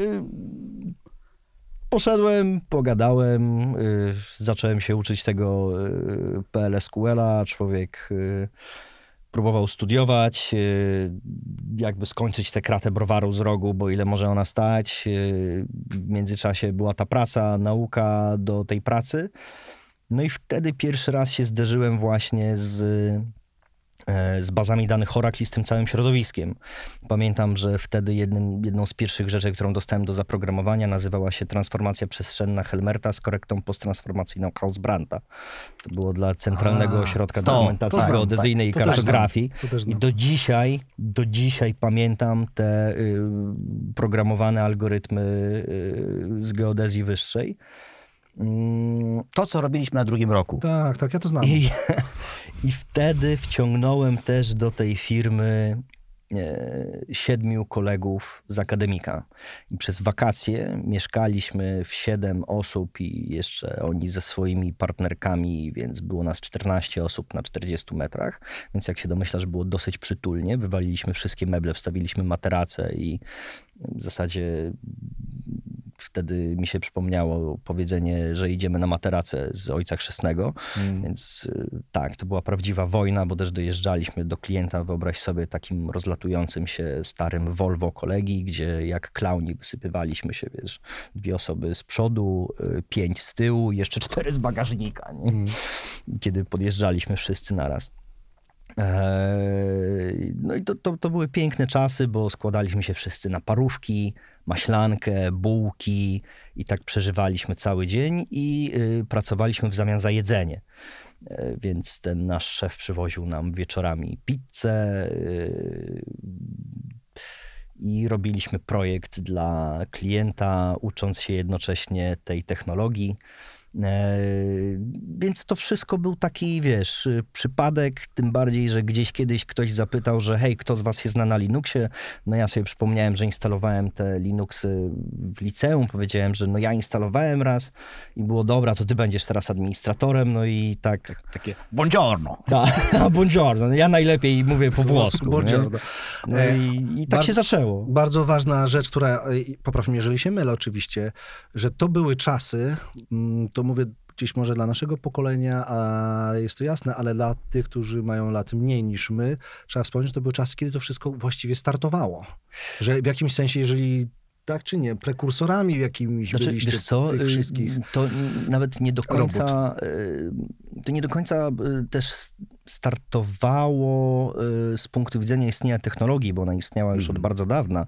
[SPEAKER 4] poszedłem, pogadałem, zacząłem się uczyć tego PLSQL-a. Człowiek próbował studiować, jakby skończyć tę kratę browaru z rogu, bo ile może ona stać. W międzyczasie była ta praca, nauka do tej pracy. No i wtedy pierwszy raz się zderzyłem właśnie z bazami danych Oracle i z tym całym środowiskiem. Pamiętam, że wtedy jedną z pierwszych rzeczy, którą dostałem do zaprogramowania, nazywała się transformacja przestrzenna Helmerta z korektą posttransformacyjną Hausbrandta. To było dla Centralnego Ośrodka Dokumentacji Geodezyjnej i Kartografii. I do dzisiaj pamiętam te programowane algorytmy z geodezji wyższej.
[SPEAKER 1] To, co robiliśmy na drugim roku.
[SPEAKER 3] Tak, ja to znam.
[SPEAKER 4] I wtedy wciągnąłem też do tej firmy 7 kolegów z akademika. I przez wakacje mieszkaliśmy w 7 osób i jeszcze oni ze swoimi partnerkami, więc było nas 14 osób na 40 metrach. Więc jak się domyślasz, było dosyć przytulnie. Wywaliliśmy wszystkie meble, wstawiliśmy materace i w zasadzie wtedy mi się przypomniało powiedzenie, że idziemy na materacę z Ojca Chrzestnego. Więc tak, to była prawdziwa wojna, bo też dojeżdżaliśmy do klienta, wyobraź sobie, takim rozlatującym się starym Volvo kolegi, gdzie jak klauni wysypywaliśmy się, wiesz, 2 osoby z przodu, 5 z tyłu, jeszcze 4 z bagażnika, nie? Kiedy podjeżdżaliśmy wszyscy naraz. No i to były piękne czasy, bo składaliśmy się wszyscy na parówki, maślankę, bułki i tak przeżywaliśmy cały dzień i pracowaliśmy w zamian za jedzenie. Więc ten nasz szef przywoził nam wieczorami pizzę i robiliśmy projekt dla klienta, ucząc się jednocześnie tej technologii. Więc to wszystko był taki, wiesz, przypadek, tym bardziej, że gdzieś kiedyś ktoś zapytał, że hej, kto z was się zna na Linuxie? No ja sobie przypomniałem, że instalowałem te Linuxy w liceum, powiedziałem, że no ja instalowałem raz i było dobra, to ty będziesz teraz administratorem, no i tak.
[SPEAKER 1] Takie buongiorno.
[SPEAKER 4] Buongiorno, no ja najlepiej mówię po włosku.
[SPEAKER 3] Buongiorno.
[SPEAKER 4] No i tak się zaczęło.
[SPEAKER 3] Bardzo ważna rzecz, która, popraw mnie, jeżeli się mylę oczywiście, że to były czasy, to mówię gdzieś może dla naszego pokolenia, a jest to jasne, ale dla tych, którzy mają lat mniej niż my, trzeba wspomnieć, że to były czasy, kiedy to wszystko właściwie startowało. Że w jakimś sensie, jeżeli tak czy nie, prekursorami jakimiś byliście
[SPEAKER 4] wiesz co,
[SPEAKER 3] tych wszystkich
[SPEAKER 4] to nawet nie do końca, to nie do końca też startowało z punktu widzenia istnienia technologii, bo ona istniała już od bardzo dawna.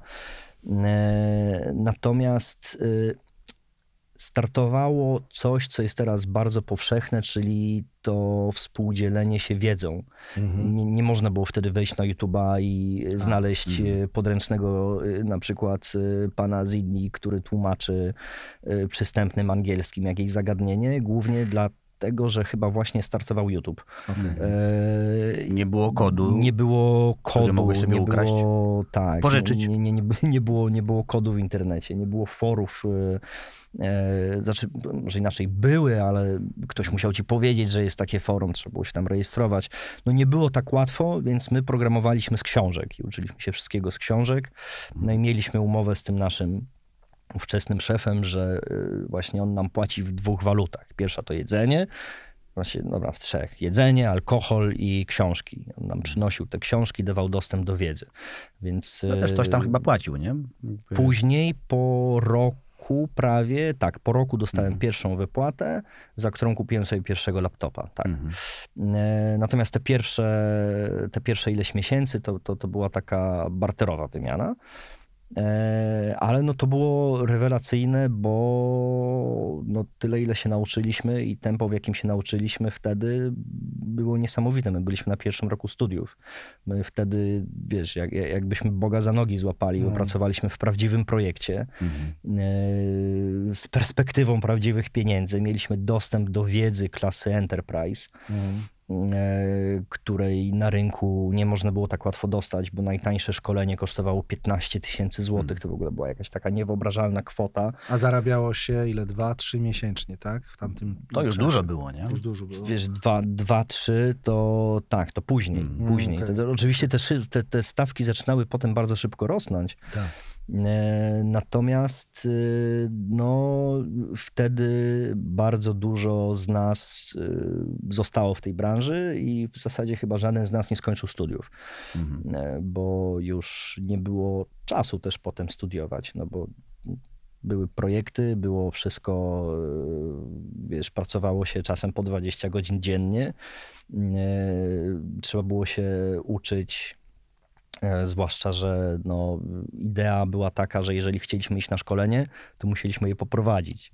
[SPEAKER 4] Natomiast startowało coś, co jest teraz bardzo powszechne, czyli to współdzielenie się wiedzą. Nie można było wtedy wejść na YouTube'a i znaleźć podręcznego na przykład pana Zidni, który tłumaczy przystępnym angielskim jakieś zagadnienie, głównie dlatego, że chyba właśnie startował YouTube.
[SPEAKER 1] Nie było kodu.
[SPEAKER 4] Nie było kodu.
[SPEAKER 1] Mogłeś sobie
[SPEAKER 4] nie
[SPEAKER 1] ukraść.
[SPEAKER 4] było, tak,
[SPEAKER 1] pożyczyć.
[SPEAKER 4] Nie było kodu w internecie, nie było forów. Znaczy, może inaczej były, ale ktoś musiał ci powiedzieć, że jest takie forum, trzeba było się tam rejestrować. No nie było tak łatwo, więc my programowaliśmy z książek i uczyliśmy się wszystkiego z książek. No i mieliśmy umowę z tym naszym ówczesnym szefem, że właśnie on nam płaci w 2 walutach. Pierwsza to jedzenie, właśnie, dobra, w 3. Jedzenie, alkohol i książki. On nam przynosił te książki, dawał dostęp do wiedzy. Więc
[SPEAKER 1] To też coś tam chyba płacił, nie?
[SPEAKER 4] później po roku prawie, tak, po roku dostałem pierwszą wypłatę, za którą kupiłem sobie pierwszego laptopa, tak. Natomiast te pierwsze ileś miesięcy to była taka barterowa wymiana. Ale no to było rewelacyjne, bo no tyle, ile się nauczyliśmy i tempo, w jakim się nauczyliśmy wtedy było niesamowite. My byliśmy na pierwszym roku studiów. My wtedy, wiesz, jakbyśmy Boga za nogi złapali, bo pracowaliśmy w prawdziwym projekcie. z perspektywą prawdziwych pieniędzy. Mieliśmy dostęp do wiedzy klasy Enterprise, której na rynku nie można było tak łatwo dostać, bo najtańsze szkolenie kosztowało 15 000 złotych. To w ogóle była jakaś taka niewyobrażalna kwota.
[SPEAKER 3] A zarabiało się ile? 2-3 miesięcznie, tak? W tamtym
[SPEAKER 1] To już
[SPEAKER 3] czasie.
[SPEAKER 1] dużo było, nie?
[SPEAKER 3] Już dużo było.
[SPEAKER 4] Wiesz, 2-3 to tak, to później. później.
[SPEAKER 3] okej.
[SPEAKER 4] Oczywiście te stawki zaczynały potem bardzo szybko rosnąć.
[SPEAKER 3] Tak.
[SPEAKER 4] Natomiast no, wtedy bardzo dużo z nas zostało w tej branży i w zasadzie chyba żaden z nas nie skończył studiów, bo już nie było czasu też potem studiować, no bo były projekty, było wszystko, wiesz, pracowało się czasem po 20 godzin dziennie, trzeba było się uczyć. Zwłaszcza, że no, idea była taka, że jeżeli chcieliśmy iść na szkolenie, to musieliśmy je poprowadzić.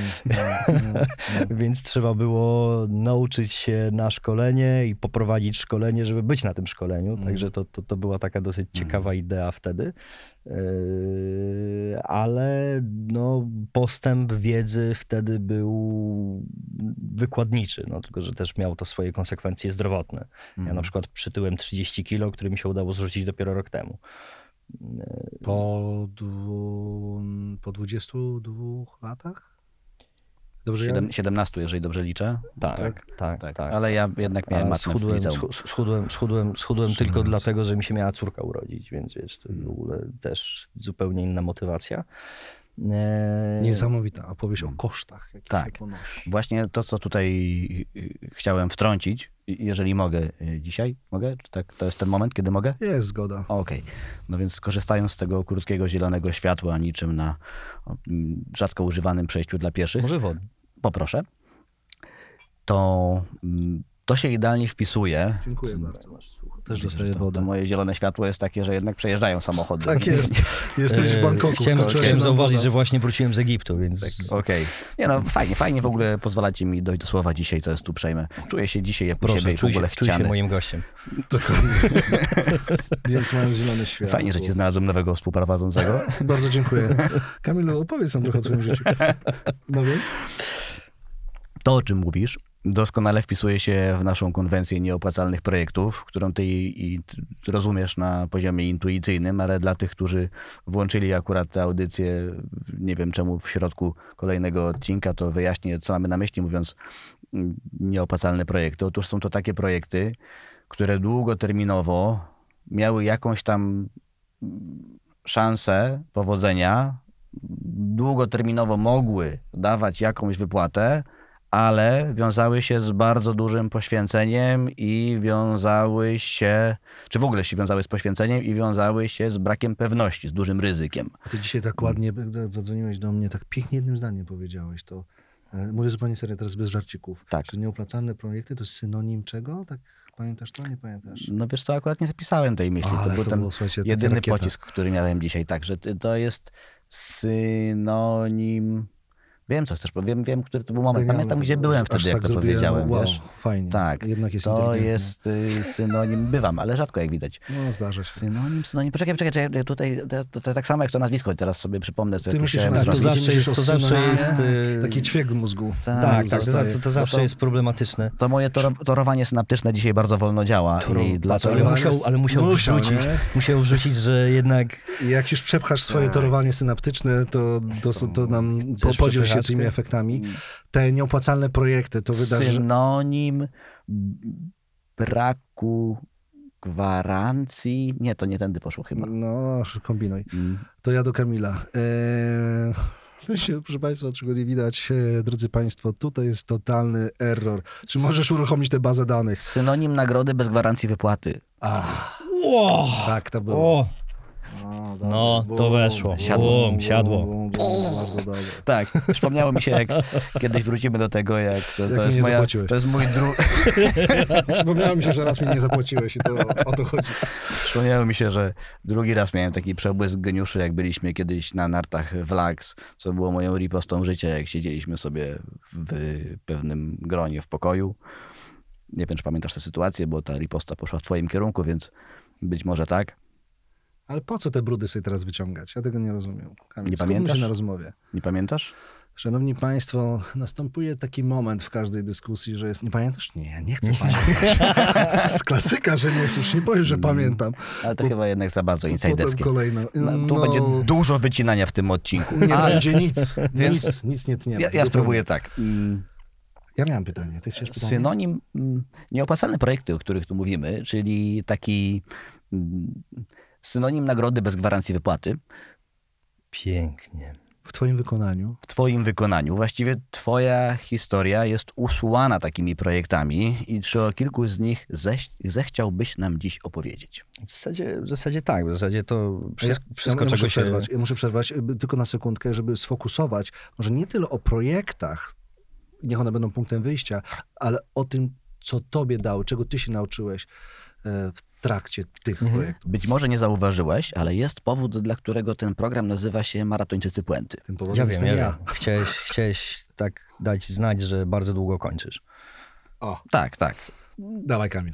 [SPEAKER 4] Więc trzeba było nauczyć się na szkolenie i poprowadzić szkolenie, żeby być na tym szkoleniu. Także to była taka dosyć ciekawa idea wtedy. Ale no, postęp wiedzy wtedy był wykładniczy, no, tylko że też miał to swoje konsekwencje zdrowotne. Ja na przykład przytyłem 30 kilo, które mi się udało zrzucić dopiero rok temu.
[SPEAKER 3] Po 22 latach? Dobrze,
[SPEAKER 1] 17, jeżeli dobrze liczę.
[SPEAKER 4] Tak.
[SPEAKER 1] Ale ja jednak miałem matmę w liceum.
[SPEAKER 4] Schudłem tylko dlatego, że mi się miała córka urodzić, więc wiesz, to w ogóle też zupełnie inna motywacja.
[SPEAKER 3] Niesamowita opowieść o kosztach, jakie
[SPEAKER 1] Tak.
[SPEAKER 3] się ponosi.
[SPEAKER 1] Właśnie to, co tutaj chciałem wtrącić, jeżeli mogę dzisiaj. Mogę? Czy tak? To jest ten moment, kiedy mogę?
[SPEAKER 3] Jest zgoda.
[SPEAKER 1] Okej. No więc korzystając z tego krótkiego zielonego światła, niczym na rzadko używanym przejściu dla pieszych,
[SPEAKER 4] Może wody.
[SPEAKER 1] poproszę, to się idealnie wpisuje.
[SPEAKER 3] Dziękuję bardzo. Też dostaję
[SPEAKER 1] To
[SPEAKER 3] wodę.
[SPEAKER 1] moje zielone światło jest takie, że jednak przejeżdżają samochody.
[SPEAKER 3] Tak jest. Jesteś w Bangkoku. skończyła się
[SPEAKER 4] Chciałem
[SPEAKER 3] nam
[SPEAKER 4] zauważyć,
[SPEAKER 3] woda.
[SPEAKER 4] że właśnie wróciłem z Egiptu, więc
[SPEAKER 1] Okej. Nie no, fajnie w ogóle pozwalacie mi dojść do słowa dzisiaj, co jest tu przejmę. Czuję się dzisiaj jak u siebie
[SPEAKER 4] proszę,
[SPEAKER 1] i w ogóle
[SPEAKER 4] czuj się
[SPEAKER 1] chciany.
[SPEAKER 4] moim gościem.
[SPEAKER 3] Więc mają zielone światło.
[SPEAKER 1] Fajnie, że ci znalazłem nowego współprowadzącego.
[SPEAKER 3] Bardzo dziękuję. Kamilu, opowiedz nam trochę o twoim życiu. No więc?
[SPEAKER 1] To, o czym mówisz, doskonale wpisuje się w naszą konwencję nieopłacalnych projektów, którą ty rozumiesz na poziomie intuicyjnym, ale dla tych, którzy włączyli akurat tę audycję, nie wiem czemu w środku kolejnego odcinka, to wyjaśnię, co mamy na myśli, mówiąc nieopłacalne projekty. Otóż są to takie projekty, które długoterminowo miały jakąś tam szansę powodzenia, długoterminowo mogły dawać jakąś wypłatę, ale wiązały się z bardzo dużym poświęceniem i wiązały się, czy w ogóle się wiązały z poświęceniem i wiązały się z brakiem pewności, z dużym ryzykiem.
[SPEAKER 3] A ty dzisiaj tak ładnie zadzwoniłeś do mnie, tak pięknie jednym zdaniem powiedziałeś to. Mówię zupełnie serio, teraz bez żarcików.
[SPEAKER 1] Tak.
[SPEAKER 3] Że nieopłacalne projekty to jest synonim czego? Tak pamiętasz to? Nie pamiętasz?
[SPEAKER 1] No wiesz co, akurat nie zapisałem tej myśli.
[SPEAKER 3] Ale
[SPEAKER 1] To był
[SPEAKER 3] to
[SPEAKER 1] ten
[SPEAKER 3] było, słuchajcie, taka
[SPEAKER 1] jedyny
[SPEAKER 3] rakieta.
[SPEAKER 1] pocisk, który miałem dzisiaj. Także to jest synonim... Wiem, co chcesz powiedzieć. Wiem, który to był moment.
[SPEAKER 3] Genialne
[SPEAKER 1] Pamiętam,
[SPEAKER 3] to
[SPEAKER 1] gdzie
[SPEAKER 3] było.
[SPEAKER 1] byłem
[SPEAKER 3] Aż
[SPEAKER 1] wtedy,
[SPEAKER 3] tak
[SPEAKER 1] jak to
[SPEAKER 3] zrobiłem,
[SPEAKER 1] powiedziałem,
[SPEAKER 3] wow,
[SPEAKER 1] wiesz?
[SPEAKER 3] fajnie.
[SPEAKER 1] Tak.
[SPEAKER 3] Jednak jest
[SPEAKER 1] to
[SPEAKER 3] inteligentny.
[SPEAKER 1] jest synonim. Bywam, ale rzadko, jak widać.
[SPEAKER 3] No, zdarza się.
[SPEAKER 1] Synonim. Poczekaj. Tutaj to tak samo jak to nazwisko. Teraz sobie przypomnę, co
[SPEAKER 3] Ty
[SPEAKER 1] ja tu
[SPEAKER 3] myślisz,
[SPEAKER 1] chciałem
[SPEAKER 3] że
[SPEAKER 4] to
[SPEAKER 1] zrobić.
[SPEAKER 4] zawsze jest
[SPEAKER 3] taki ćwiek w mózgu.
[SPEAKER 4] Tak,
[SPEAKER 3] zostaje.
[SPEAKER 4] to zawsze jest problematyczne.
[SPEAKER 1] To moje torowanie synaptyczne dzisiaj bardzo wolno działa. I dlatego...
[SPEAKER 4] Ale musiał wrzucić,
[SPEAKER 3] nie?
[SPEAKER 4] musiał wrzucić, że jednak...
[SPEAKER 3] I jak już przepchasz swoje torowanie synaptyczne, to nam
[SPEAKER 4] Chcesz
[SPEAKER 3] podziel się
[SPEAKER 4] przepychaczkę?
[SPEAKER 3] tymi efektami. Te nieopłacalne projekty, to wydarzy...
[SPEAKER 1] Synonim braku gwarancji. Nie, to nie tędy poszło chyba.
[SPEAKER 3] No, kombinuj. To ja do Kamila. To się, proszę Państwa, czego nie widać, drodzy Państwo, tutaj jest totalny error. Czy możesz uruchomić tę bazę danych?
[SPEAKER 1] Synonim nagrody bez gwarancji wypłaty.
[SPEAKER 3] Tak, to było.
[SPEAKER 4] O, no, to weszło. Siadło.
[SPEAKER 3] Bardzo dobrze.
[SPEAKER 1] Tak, przypomniało mi się, jak kiedyś wrócimy do tego, jak
[SPEAKER 3] Jak
[SPEAKER 1] to
[SPEAKER 3] mi
[SPEAKER 1] jest
[SPEAKER 3] nie
[SPEAKER 1] moja,
[SPEAKER 3] zapłaciłeś.
[SPEAKER 1] to jest mój
[SPEAKER 3] Przypomniało mi się, że raz mi nie zapłaciłeś i to o to chodzi.
[SPEAKER 1] Przypomniało mi się, że drugi raz miałem taki przebłysk geniuszy, jak byliśmy kiedyś na nartach w Lax, co było moją ripostą życia, jak siedzieliśmy sobie w pewnym gronie w pokoju. Nie wiem, czy pamiętasz tę sytuację, bo ta riposta poszła w twoim kierunku, więc być może tak.
[SPEAKER 3] Ale po co te brudy sobie teraz wyciągać? Ja tego nie rozumiem. Kamil,
[SPEAKER 1] Nie
[SPEAKER 3] skupmy
[SPEAKER 1] pamiętasz?
[SPEAKER 3] się na rozmowie.
[SPEAKER 1] Nie pamiętasz?
[SPEAKER 3] Szanowni Państwo, następuje taki moment w każdej dyskusji, że jest... Nie pamiętasz? Nie chcę pamiętać. To jest klasyka, że nie chcę. Już nie powiem, że pamiętam.
[SPEAKER 1] Ale to chyba jednak za bardzo insajderskie.
[SPEAKER 3] Potem kolejna.
[SPEAKER 1] Tu będzie dużo wycinania w tym odcinku.
[SPEAKER 3] Nie będzie nic.
[SPEAKER 1] Więc
[SPEAKER 3] Nic nie tniemy.
[SPEAKER 1] Ja spróbuję tak.
[SPEAKER 3] Ja miałem pytanie. Ty chciałeś pytanie?
[SPEAKER 1] Synonim nieopłacalne projekty, o których tu mówimy, czyli taki synonim nagrody bez gwarancji wypłaty.
[SPEAKER 4] Pięknie.
[SPEAKER 3] W twoim wykonaniu.
[SPEAKER 1] W twoim wykonaniu. Właściwie twoja historia jest usłana takimi projektami i czy o kilku z nich zechciałbyś nam dziś opowiedzieć?
[SPEAKER 4] W zasadzie tak. W zasadzie to wszystko,
[SPEAKER 3] ja
[SPEAKER 4] czego
[SPEAKER 3] muszę
[SPEAKER 4] się...
[SPEAKER 3] przerwać. Ja muszę przerwać tylko na sekundkę, żeby sfokusować może nie tyle o projektach, niech one będą punktem wyjścia, ale o tym, co tobie dało, czego ty się nauczyłeś w trakcie tych projektów.
[SPEAKER 1] Być może nie zauważyłeś, ale jest powód, dla którego ten program nazywa się Maratończycy Puenty.
[SPEAKER 3] Tym powodem
[SPEAKER 4] Ja wiem. Chciałeś tak dać znać, że bardzo długo kończysz.
[SPEAKER 3] O,
[SPEAKER 1] Tak.
[SPEAKER 3] dawaj Kamil.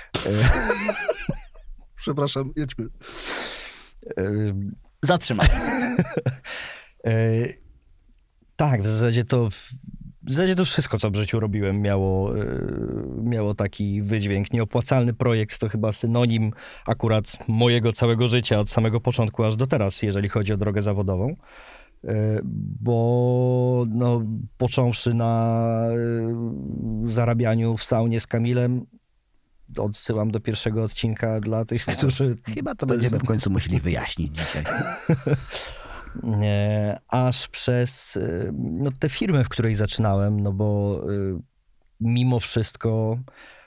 [SPEAKER 3] Przepraszam, jedźmy.
[SPEAKER 1] Zatrzymaj.
[SPEAKER 4] Tak, w zasadzie to wszystko, co w życiu robiłem, miało taki wydźwięk. Nieopłacalny projekt to chyba synonim akurat mojego całego życia, od samego początku aż do teraz, jeżeli chodzi o drogę zawodową. Bo począwszy na zarabianiu w saunie z Kamilem, odsyłam do pierwszego odcinka dla tych, którzy...
[SPEAKER 1] Chyba to będziemy w końcu musieli wyjaśnić dzisiaj.
[SPEAKER 4] Aż przez tę firmę, w której zaczynałem, bo mimo wszystko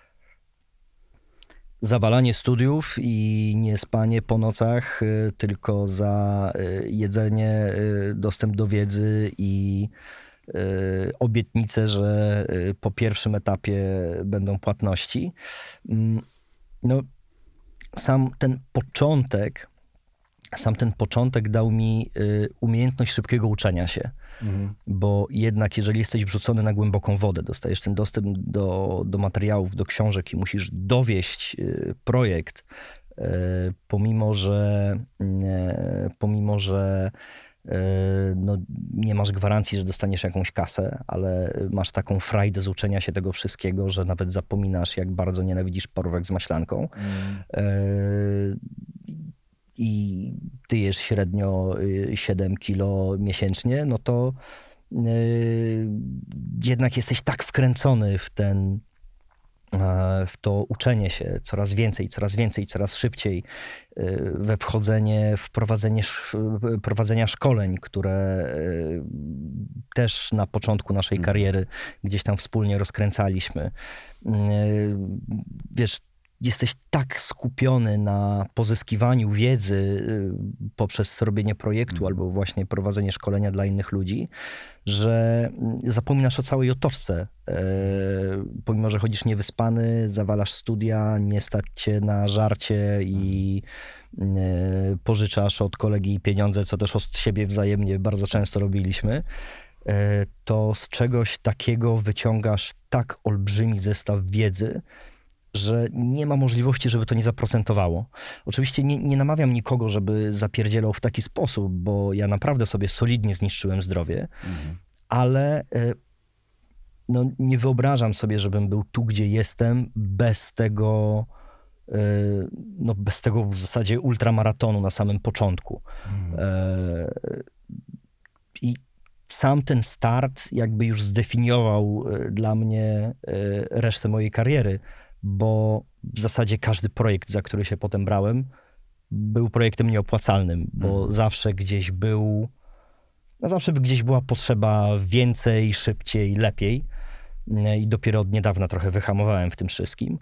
[SPEAKER 4] zawalanie studiów i nie spanie po nocach, tylko za jedzenie, dostęp do wiedzy i obietnice, że po pierwszym etapie będą płatności. Sam ten początek dał mi umiejętność szybkiego uczenia się, bo jednak jeżeli jesteś wrzucony na głęboką wodę, dostajesz ten dostęp do materiałów, do książek i musisz dowieść projekt, pomimo że nie masz gwarancji, że dostaniesz jakąś kasę, ale masz taką frajdę z uczenia się tego wszystkiego, że nawet zapominasz, jak bardzo nienawidzisz parówek z maślanką. I ty jesz średnio 7 kilo miesięcznie, to jednak jesteś tak wkręcony w to uczenie się coraz więcej, coraz szybciej, we prowadzenia szkoleń, które też na początku naszej kariery gdzieś tam wspólnie rozkręcaliśmy. Wiesz, jesteś tak skupiony na pozyskiwaniu wiedzy poprzez robienie projektu albo właśnie prowadzenie szkolenia dla innych ludzi, że zapominasz o całej otoczce. Pomimo, że chodzisz niewyspany, zawalasz studia, nie stać cię na żarcie i pożyczasz od kolegi pieniądze, co też od siebie wzajemnie bardzo często robiliśmy, to z czegoś takiego wyciągasz tak olbrzymi zestaw wiedzy, że nie ma możliwości, żeby to nie zaprocentowało. Oczywiście nie namawiam nikogo, żeby zapierdzielał w taki sposób, bo ja naprawdę sobie solidnie zniszczyłem zdrowie, ale nie wyobrażam sobie, żebym był tu, gdzie jestem, bez tego w zasadzie ultramaratonu na samym początku. I sam ten start jakby już zdefiniował dla mnie resztę mojej kariery, bo w zasadzie każdy projekt, za który się potem brałem, był projektem nieopłacalnym, bo zawsze gdzieś była potrzeba więcej, szybciej, lepiej i dopiero od niedawna trochę wyhamowałem w tym wszystkim.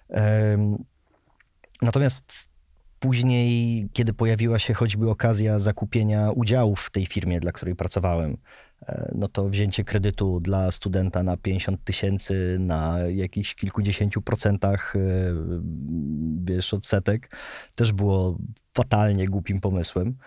[SPEAKER 4] Natomiast później, kiedy pojawiła się choćby okazja zakupienia udziałów w tej firmie, dla której pracowałem, to wzięcie kredytu dla studenta na 50 000 na jakichś kilkudziesięciu procentach, odsetek, też było fatalnie głupim pomysłem,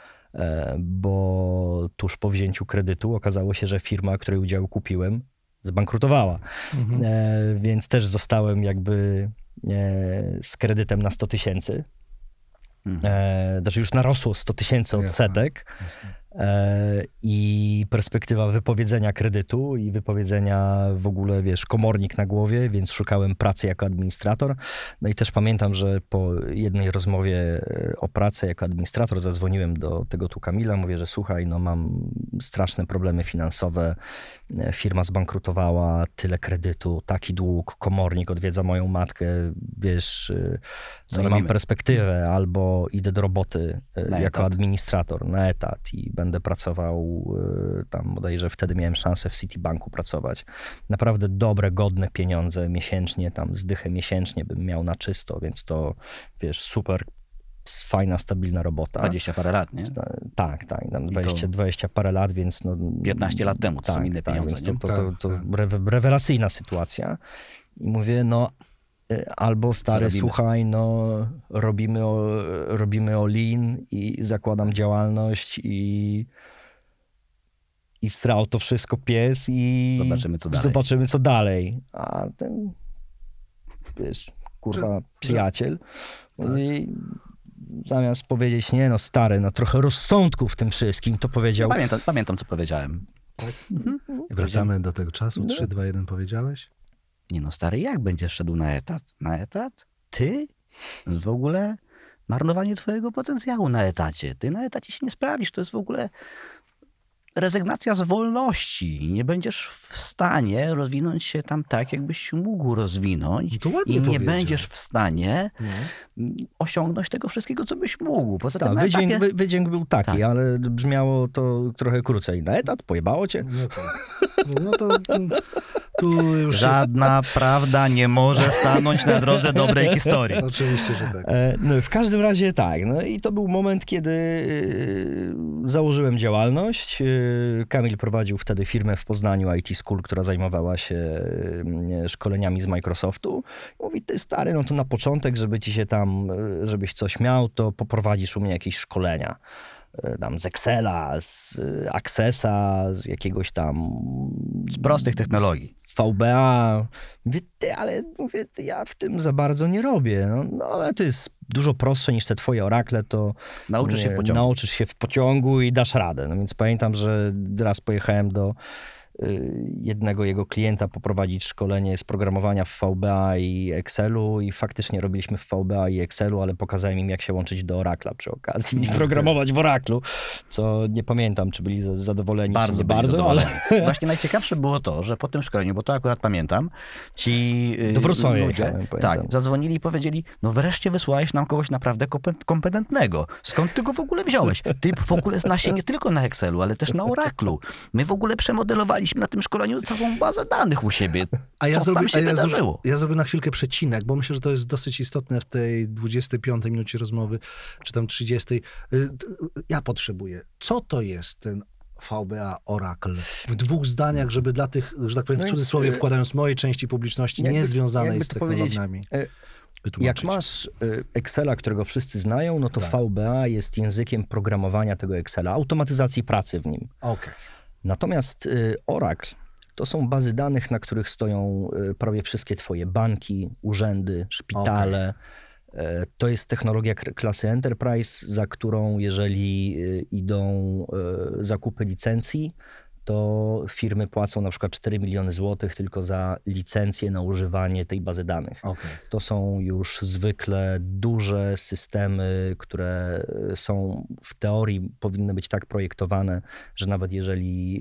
[SPEAKER 4] bo tuż po wzięciu kredytu okazało się, że firma, której udział kupiłem, zbankrutowała. Więc też zostałem jakby z kredytem na 100 000. Znaczy już narosło 100 000 odsetek. i perspektywa wypowiedzenia kredytu i wypowiedzenia w ogóle, wiesz, komornik na głowie, więc szukałem pracy jako administrator. No i też pamiętam, że po jednej rozmowie o pracę jako administrator zadzwoniłem do tego tu Kamila, mówię, że słuchaj, no mam straszne problemy finansowe, firma zbankrutowała, tyle kredytu, taki dług, komornik odwiedza moją matkę, wiesz, no i mam perspektywę, albo idę do roboty jako administrator na etat i będę pracował tam, bodajże wtedy miałem szansę w Citibanku pracować. Naprawdę dobre, godne pieniądze miesięcznie, tam zdychę miesięcznie bym miał na czysto, więc to, wiesz, super fajna, stabilna robota.
[SPEAKER 1] 20 parę lat, nie?
[SPEAKER 4] Tak, tam 20 parę lat, więc no...
[SPEAKER 1] 15 lat temu to są inne pieniądze,
[SPEAKER 4] więc
[SPEAKER 1] nie?
[SPEAKER 4] to rewelacyjna sytuacja. I mówię, no albo stary, słuchaj, no robimy all-in i zakładam działalność i srał to wszystko pies i zobaczymy co dalej. A ten, wiesz, kurwa, przyjaciel mówi, zamiast powiedzieć, nie no stary, no trochę rozsądku w tym wszystkim, to powiedział...
[SPEAKER 1] Ja pamiętam co powiedziałem.
[SPEAKER 3] Tak? Wracamy do tego czasu. 3, 2, 1 powiedziałeś?
[SPEAKER 1] Nie no stary, jak będziesz szedł na etat? Na etat? Ty? W ogóle marnowanie twojego potencjału na etacie. Ty na etacie się nie sprawisz. To jest w ogóle rezygnacja z wolności. Nie będziesz w stanie rozwinąć się tam tak, jakbyś się mógł rozwinąć. I nie będziesz w stanie osiągnąć tego wszystkiego, co byś mógł. Poza tym
[SPEAKER 4] wydźwięk był taki, ale brzmiało to trochę krócej. Na etat? Pojebało cię?
[SPEAKER 3] No to tu już
[SPEAKER 1] żadna prawda nie może stanąć na drodze dobrej historii.
[SPEAKER 3] Oczywiście, że tak.
[SPEAKER 4] No, w każdym razie tak. No i to był moment, kiedy założyłem działalność. Kamil prowadził wtedy firmę w Poznaniu IT School, która zajmowała się szkoleniami z Microsoftu. Mówi, ty stary, no to na początek, żeby ci się tam, żebyś coś miał, to poprowadzisz u mnie jakieś szkolenia. Tam z Excela, z Accessa, z jakiegoś tam...
[SPEAKER 1] Z prostych technologii.
[SPEAKER 4] VBA. Mówię, mówię, ja w tym za bardzo nie robię. No ale to jest dużo prostsze niż te twoje Oracle, to
[SPEAKER 1] nauczysz się w pociągu
[SPEAKER 4] i dasz radę. No więc pamiętam, że raz pojechałem do jednego jego klienta poprowadzić szkolenie z programowania w VBA i Excelu i faktycznie robiliśmy w VBA i Excelu, ale pokazałem im, jak się łączyć do Oracla przy okazji i programować w Oraclu, co nie pamiętam, czy byli zadowoleni, czy nie bardzo, ale...
[SPEAKER 1] Właśnie najciekawsze było to, że po tym szkoleniu, bo to akurat pamiętam, ci ludzie zadzwonili i powiedzieli, no wreszcie wysłałeś nam kogoś naprawdę kompetentnego. Skąd ty go w ogóle wziąłeś? Ty w ogóle zna się nie tylko na Excelu, ale też na Oraclu. My w ogóle przemodelowaliśmy na tym szkoleniu całą bazę danych u siebie.
[SPEAKER 3] Ja zrobię na chwilkę przecinek, bo myślę, że to jest dosyć istotne w tej 25 minucie rozmowy, czy tam 30. Ja potrzebuję. Co to jest ten VBA Oracle? W 2 zdaniach, żeby dla tych, że tak powiem, w cudzysłowie wkładając mojej części publiczności niezwiązanej z technologiami.
[SPEAKER 4] Jak masz Excela, którego wszyscy znają, no to VBA jest językiem programowania tego Excela, automatyzacji pracy w nim.
[SPEAKER 3] Okay.
[SPEAKER 4] Natomiast Oracle to są bazy danych, na których stoją prawie wszystkie twoje banki, urzędy, szpitale. Okay. To jest technologia klasy Enterprise, za którą jeżeli idą zakupy licencji, to firmy płacą na przykład 4 miliony złotych tylko za licencję na używanie tej bazy danych.
[SPEAKER 3] Okay.
[SPEAKER 4] To są już zwykle duże systemy, które są w teorii powinny być tak projektowane, że nawet jeżeli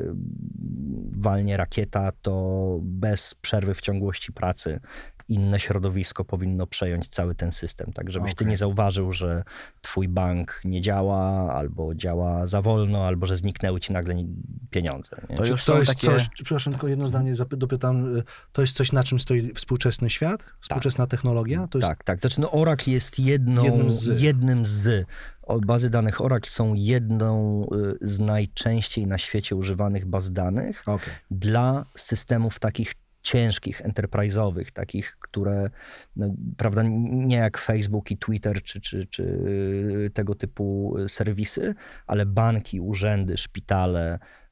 [SPEAKER 4] walnie rakieta, to bez przerwy w ciągłości pracy inne środowisko powinno przejąć cały ten system, tak żebyś ty nie zauważył, że twój bank nie działa, albo działa za wolno, albo że zniknęły ci nagle pieniądze. Nie?
[SPEAKER 3] To jest coś, przepraszam, tylko jedno zdanie dopytam, to jest coś, na czym stoi współczesny świat? Współczesna technologia? To jest...
[SPEAKER 4] Tak. Znaczy, no Oracle jest jednym z. Bazy danych Oracle są jedną z najczęściej na świecie używanych baz danych dla systemów takich ciężkich, enterprise'owych, takich, które, no, prawda, nie jak Facebook i Twitter, czy tego typu serwisy, ale banki, urzędy, szpitale,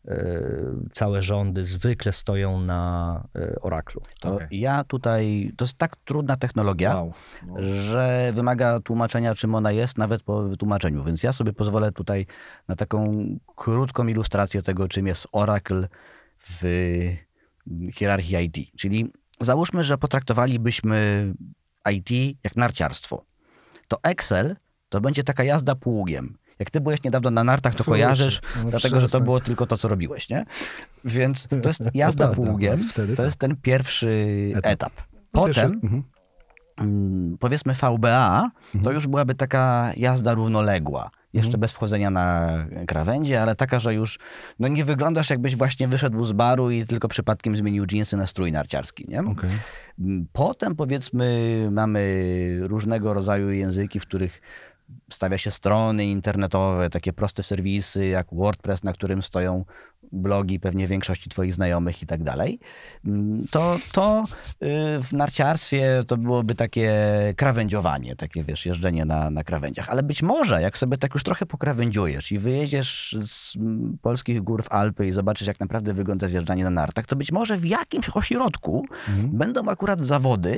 [SPEAKER 4] całe rządy zwykle stoją na Oraclu.
[SPEAKER 1] To ja tutaj, to jest tak trudna technologia,
[SPEAKER 3] Wow. No.
[SPEAKER 1] że wymaga tłumaczenia, czym ona jest, nawet po wytłumaczeniu. Więc ja sobie pozwolę tutaj na taką krótką ilustrację tego, czym jest Oracle w hierarchii IT. Czyli załóżmy, że potraktowalibyśmy IT jak narciarstwo. To Excel to będzie taka jazda pługiem. Jak ty byłeś niedawno na nartach, to kojarzysz,
[SPEAKER 3] no
[SPEAKER 1] dlatego że to
[SPEAKER 3] przestań.
[SPEAKER 1] było tylko to, co robiłeś, nie? Więc to jest jazda
[SPEAKER 3] prawda,
[SPEAKER 1] pługiem,
[SPEAKER 3] wtedy
[SPEAKER 1] to
[SPEAKER 3] tak.
[SPEAKER 1] jest ten pierwszy etap.
[SPEAKER 3] Pierwszy?
[SPEAKER 1] Potem, powiedzmy VBA, to już byłaby taka jazda równoległa. Jeszcze bez wchodzenia na krawędzie, ale taka, że już no nie wyglądasz, jakbyś właśnie wyszedł z baru i tylko przypadkiem zmienił dżinsy na strój narciarski, nie?
[SPEAKER 3] Okej.
[SPEAKER 1] Potem powiedzmy mamy różnego rodzaju języki, w których stawia się strony internetowe, takie proste serwisy jak WordPress, na którym stoją blogi pewnie większości twoich znajomych i tak dalej. To w narciarstwie to byłoby takie krawędziowanie, takie wiesz, jeżdżenie na krawędziach. Ale być może jak sobie tak już trochę pokrawędziujesz i wyjedziesz z polskich gór w Alpy i zobaczysz jak naprawdę wygląda zjeżdżanie na nartach, to być może w jakimś ośrodku będą akurat zawody,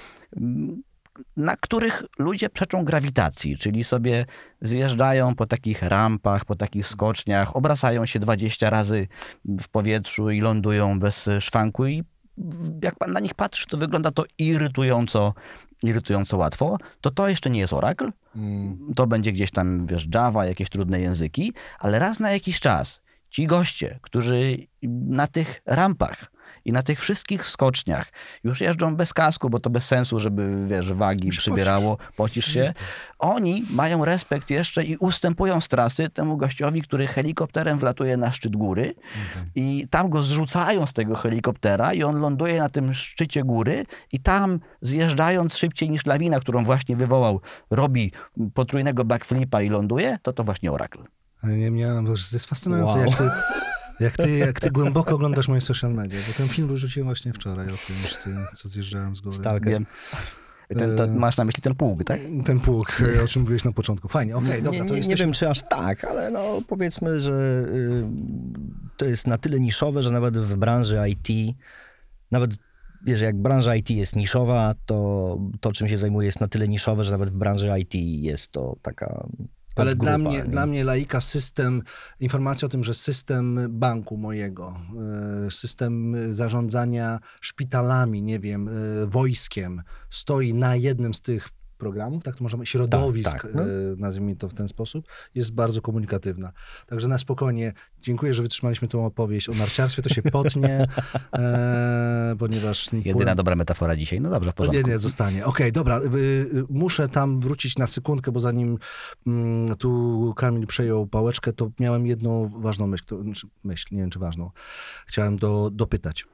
[SPEAKER 1] na których ludzie przeczą grawitacji, czyli sobie zjeżdżają po takich rampach, po takich skoczniach, obracają się 20 razy w powietrzu i lądują bez szwanku i jak pan na nich patrzy, to wygląda to irytująco łatwo. To jeszcze nie jest Oracle, to będzie gdzieś tam, wiesz, Java, jakieś trudne języki, ale raz na jakiś czas ci goście, którzy na tych rampach i na tych wszystkich skoczniach już jeżdżą bez kasku, bo to bez sensu, żeby, wiesz, wagi przybierało, pocisz się. Oni mają respekt jeszcze i ustępują z trasy temu gościowi, który helikopterem wlatuje na szczyt góry i tam go zrzucają z tego helikoptera i on ląduje na tym szczycie góry i tam zjeżdżając szybciej niż lawina, którą właśnie wywołał, robi potrójnego backflipa i ląduje, to właśnie Oracle.
[SPEAKER 3] Ale nie miałem, to jest fascynujące,
[SPEAKER 4] Wow.
[SPEAKER 3] jak ty głęboko oglądasz moje social media, bo ten film wrzuciłem właśnie wczoraj o tym, co zjeżdżałem z góry.
[SPEAKER 4] Stalker.
[SPEAKER 1] Wiem. Masz na myśli ten pług, tak?
[SPEAKER 3] Ten pług, o czym mówiłeś na początku. Fajnie, okej, dobra, to
[SPEAKER 4] nie
[SPEAKER 3] jesteśmy...
[SPEAKER 4] wiem, czy aż tak, ale no powiedzmy, że to jest na tyle niszowe, że nawet w branży IT, nawet wiesz, jak branża IT jest niszowa, to czym się zajmuję jest na tyle niszowe, że nawet w branży IT jest to taka
[SPEAKER 3] Ale
[SPEAKER 4] podgrupa,
[SPEAKER 3] dla mnie laika system, informacja o tym, że system banku mojego, system zarządzania szpitalami, nie wiem, wojskiem stoi na jednym z tych programów, tak to możemy, środowisk,
[SPEAKER 4] Tak, no.
[SPEAKER 3] nazwijmy to w ten sposób, jest bardzo komunikatywna. Także na spokojnie, dziękuję, że wytrzymaliśmy tą opowieść o narciarstwie, to się potnie, ponieważ...
[SPEAKER 1] Jedyna dobra metafora dzisiaj. No dobrze, w porządku.
[SPEAKER 3] Nie, zostanie. Okej, dobra. Muszę tam wrócić na sekundkę, bo zanim tu Kamil przejął pałeczkę, to miałem jedną ważną myśl, nie wiem czy ważną. Chciałem dopytać.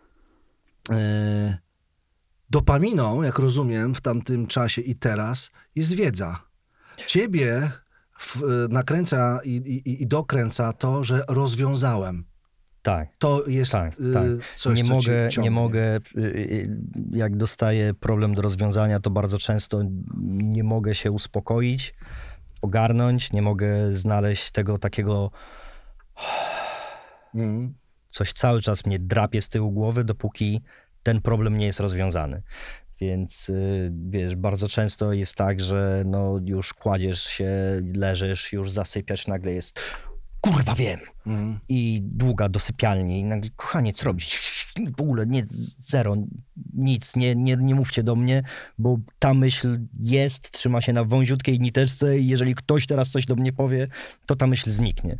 [SPEAKER 3] Dopaminą, jak rozumiem, w tamtym czasie i teraz jest wiedza. Ciebie nakręca i dokręca to, że rozwiązałem.
[SPEAKER 4] Tak.
[SPEAKER 3] To jest
[SPEAKER 4] Tak.
[SPEAKER 3] coś,
[SPEAKER 4] nie
[SPEAKER 3] co
[SPEAKER 4] mogę,
[SPEAKER 3] ci ciągnie.
[SPEAKER 4] nie mogę, jak dostaję problem do rozwiązania, to bardzo często nie mogę się uspokoić, ogarnąć, nie mogę znaleźć tego takiego, coś cały czas mnie drapie z tyłu głowy, dopóki ten problem nie jest rozwiązany. Więc wiesz, bardzo często jest tak, że no już kładziesz się, leżysz, już zasypiasz, nagle jest kurwa wiem. I długa do sypialni i nagle, kochanie, co robić? W ogóle nie, zero, nic, nie mówcie do mnie, bo ta myśl jest, trzyma się na wąziutkiej niteczce i jeżeli ktoś teraz coś do mnie powie, to ta myśl zniknie.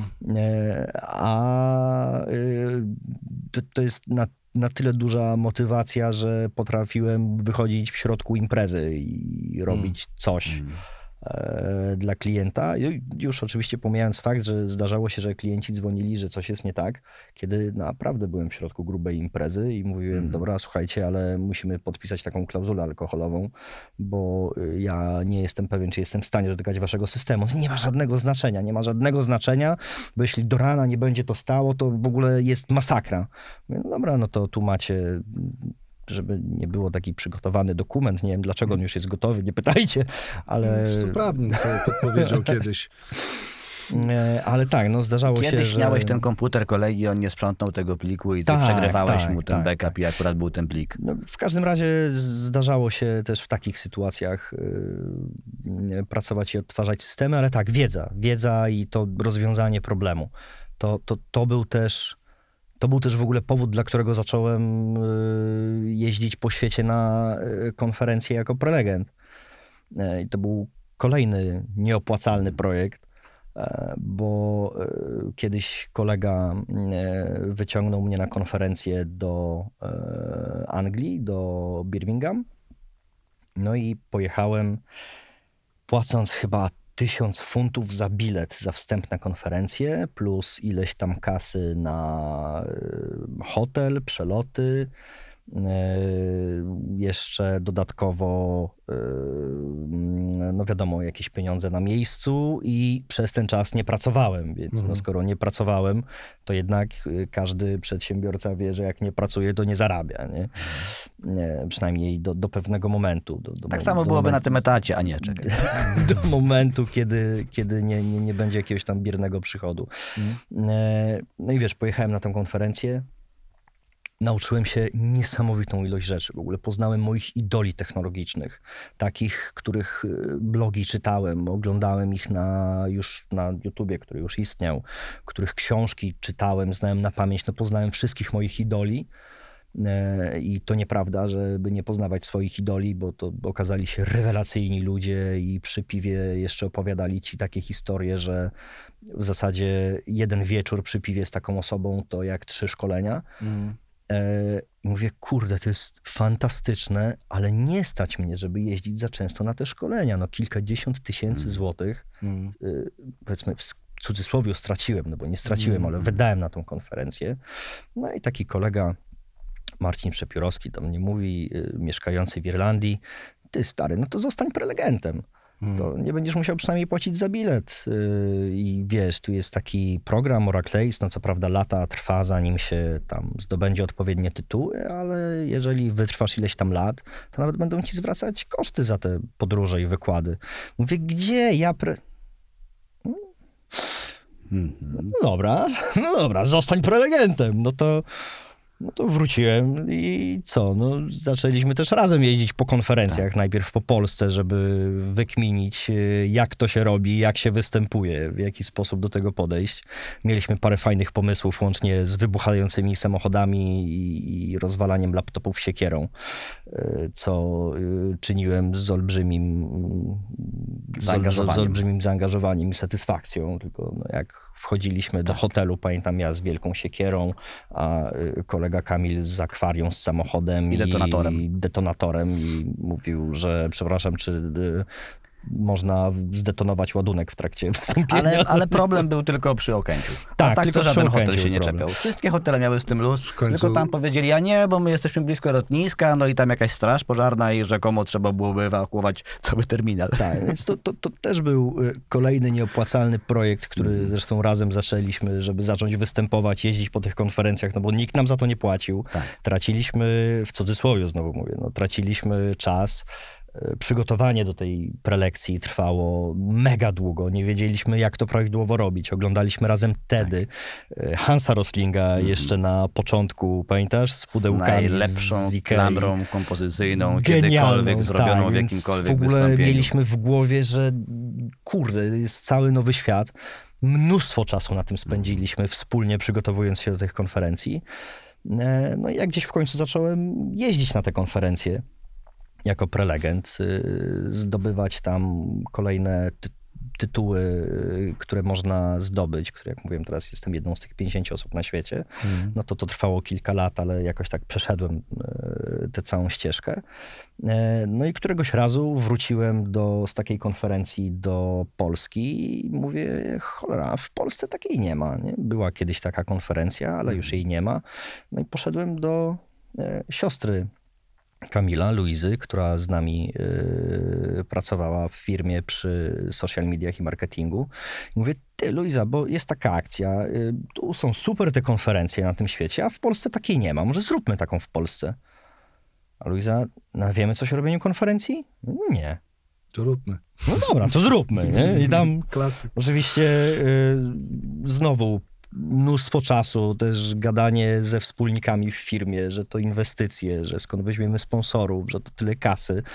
[SPEAKER 4] To jest na tyle duża motywacja, że potrafiłem wychodzić w środku imprezy i robić coś dla klienta. Już oczywiście pomijając fakt, że zdarzało się, że klienci dzwonili, że coś jest nie tak, kiedy naprawdę byłem w środku grubej imprezy i mówiłem, dobra, słuchajcie, ale musimy podpisać taką klauzulę alkoholową, bo ja nie jestem pewien, czy jestem w stanie dotykać waszego systemu. Nie ma żadnego znaczenia, bo jeśli do rana nie będzie to stało, to w ogóle jest masakra. Mówię, no dobra, no to tu macie, żeby nie było taki przygotowany dokument. Nie wiem, dlaczego on już jest gotowy, nie pytajcie, ale...
[SPEAKER 3] Prawnik to podpowiedział kiedyś.
[SPEAKER 4] Ale tak, no zdarzało się,
[SPEAKER 1] Kiedyś
[SPEAKER 4] że...
[SPEAKER 1] miałeś ten komputer kolegi, on nie sprzątnął tego pliku i ty
[SPEAKER 4] Tak,
[SPEAKER 1] przegrywałeś
[SPEAKER 4] tak,
[SPEAKER 1] mu ten
[SPEAKER 4] tak,
[SPEAKER 1] backup i akurat był ten plik.
[SPEAKER 4] No, w każdym razie zdarzało się też w takich sytuacjach pracować i odtwarzać systemy, ale tak, wiedza i to rozwiązanie problemu. To był też w ogóle powód, dla którego zacząłem jeździć po świecie na konferencje jako prelegent. I to był kolejny nieopłacalny projekt, bo kiedyś kolega wyciągnął mnie na konferencję do Anglii, do Birmingham. No i pojechałem, płacąc chyba 1000 funtów za bilet, za wstęp na konferencję, plus ileś tam kasy na hotel, przeloty. Jeszcze dodatkowo, no wiadomo, jakieś pieniądze na miejscu i przez ten czas nie pracowałem, więc no skoro nie pracowałem, to jednak każdy przedsiębiorca wie, że jak nie pracuje, to nie zarabia, nie? Przynajmniej do pewnego momentu.
[SPEAKER 1] Tak samo byłoby na tym etacie, a nie, czekaj.
[SPEAKER 4] Do momentu, kiedy nie będzie jakiegoś tam biernego przychodu. No i wiesz, pojechałem na tę konferencję, nauczyłem się niesamowitą ilość rzeczy. W ogóle poznałem moich idoli technologicznych, takich, których blogi czytałem, oglądałem ich już na YouTubie, który już istniał, których książki czytałem, znałem na pamięć. No poznałem wszystkich moich idoli i to nieprawda, żeby nie poznawać swoich idoli, bo to okazali się rewelacyjni ludzie i przy piwie jeszcze opowiadali ci takie historie, że w zasadzie jeden wieczór przy piwie z taką osobą to jak 3 szkolenia. Mówię, kurde, to jest fantastyczne, ale nie stać mnie, żeby jeździć za często na te szkolenia. No kilkadziesiąt tysięcy złotych, powiedzmy w cudzysłowie straciłem, no bo nie straciłem, ale wydałem na tą konferencję. No i taki kolega, Marcin Przepiórowski, do mnie mówi, mieszkający w Irlandii, ty stary, no to zostań prelegentem. To nie będziesz musiał przynajmniej płacić za bilet. I wiesz, tu jest taki program Oracleis, no co prawda lata trwa, zanim się tam zdobędzie odpowiednie tytuły, ale jeżeli wytrwasz ileś tam lat, to nawet będą ci zwracać koszty za te podróże i wykłady. Mówię, gdzie ja... No dobra, zostań prelegentem. No to wróciłem i co? No, zaczęliśmy też razem jeździć po konferencjach, najpierw po Polsce, żeby wykminić, jak to się robi, jak się występuje, w jaki sposób do tego podejść. Mieliśmy parę fajnych pomysłów, łącznie z wybuchającymi samochodami i rozwalaniem laptopów siekierą, co czyniłem z olbrzymim zaangażowaniem i satysfakcją. Tylko no, jak wchodziliśmy do hotelu, pamiętam ja z wielką siekierą, a kolega Kamil z akwarium z samochodem
[SPEAKER 1] I
[SPEAKER 4] detonatorem i mówił, że przepraszam, czy można zdetonować ładunek w trakcie wstąpienia.
[SPEAKER 1] Ale problem był tylko przy Okęciu.
[SPEAKER 4] Tak,
[SPEAKER 1] tak
[SPEAKER 4] tylko
[SPEAKER 1] to żaden hotel
[SPEAKER 4] Okęciu
[SPEAKER 1] się nie
[SPEAKER 4] problem.
[SPEAKER 1] czepiał. Wszystkie hotele miały z tym luz,
[SPEAKER 3] końcu-
[SPEAKER 1] tylko tam powiedzieli, a nie, bo my jesteśmy blisko lotniska, no i tam jakaś straż pożarna i rzekomo trzeba byłoby ewakuować cały terminal.
[SPEAKER 4] Tak, więc to też był kolejny nieopłacalny projekt, który zresztą razem zaczęliśmy, żeby zacząć występować, jeździć po tych konferencjach, no bo nikt nam za to nie płacił.
[SPEAKER 1] Tak.
[SPEAKER 4] Traciliśmy, w cudzysłowie znowu mówię, no, traciliśmy czas. Przygotowanie do tej prelekcji trwało mega długo. Nie wiedzieliśmy, jak to prawidłowo robić. Oglądaliśmy razem TEDy. Hansa Roslinga jeszcze na początku, pamiętasz? Z pudełkami,
[SPEAKER 1] najlepszą
[SPEAKER 4] z Ikei.
[SPEAKER 1] klamrą kompozycyjną,
[SPEAKER 4] Genialną,
[SPEAKER 1] kiedykolwiek zrobioną w
[SPEAKER 4] więc
[SPEAKER 1] jakimkolwiek
[SPEAKER 4] w ogóle
[SPEAKER 1] wystąpieniu.
[SPEAKER 4] mieliśmy w głowie, że kurde, jest cały nowy świat. Mnóstwo czasu na tym spędziliśmy, wspólnie przygotowując się do tych konferencji. No i jak gdzieś w końcu zacząłem jeździć na te konferencje jako prelegent, zdobywać tam kolejne tytuły, które można zdobyć, które jak mówiłem teraz jestem jedną z tych 50 osób na świecie, no to trwało kilka lat, ale jakoś tak przeszedłem tę całą ścieżkę. No i któregoś razu wróciłem z takiej konferencji do Polski i mówię, cholera, w Polsce takiej nie ma. Nie? Była kiedyś taka konferencja, ale już jej nie ma. No i poszedłem do siostry Kamila, Luizy, która z nami pracowała w firmie przy social mediach i marketingu. I mówię, ty Luiza, bo jest taka akcja, tu są super te konferencje na tym świecie, a w Polsce takiej nie ma. Może zróbmy taką w Polsce. A Luiza, no wiemy coś o robieniu konferencji? Nie.
[SPEAKER 3] To róbmy.
[SPEAKER 4] No dobra, to zróbmy, nie? I tam
[SPEAKER 3] Klasyk.
[SPEAKER 4] oczywiście znowu mnóstwo czasu, też gadanie ze wspólnikami w firmie, że to inwestycje, że skąd weźmiemy sponsorów, że to tyle kasy.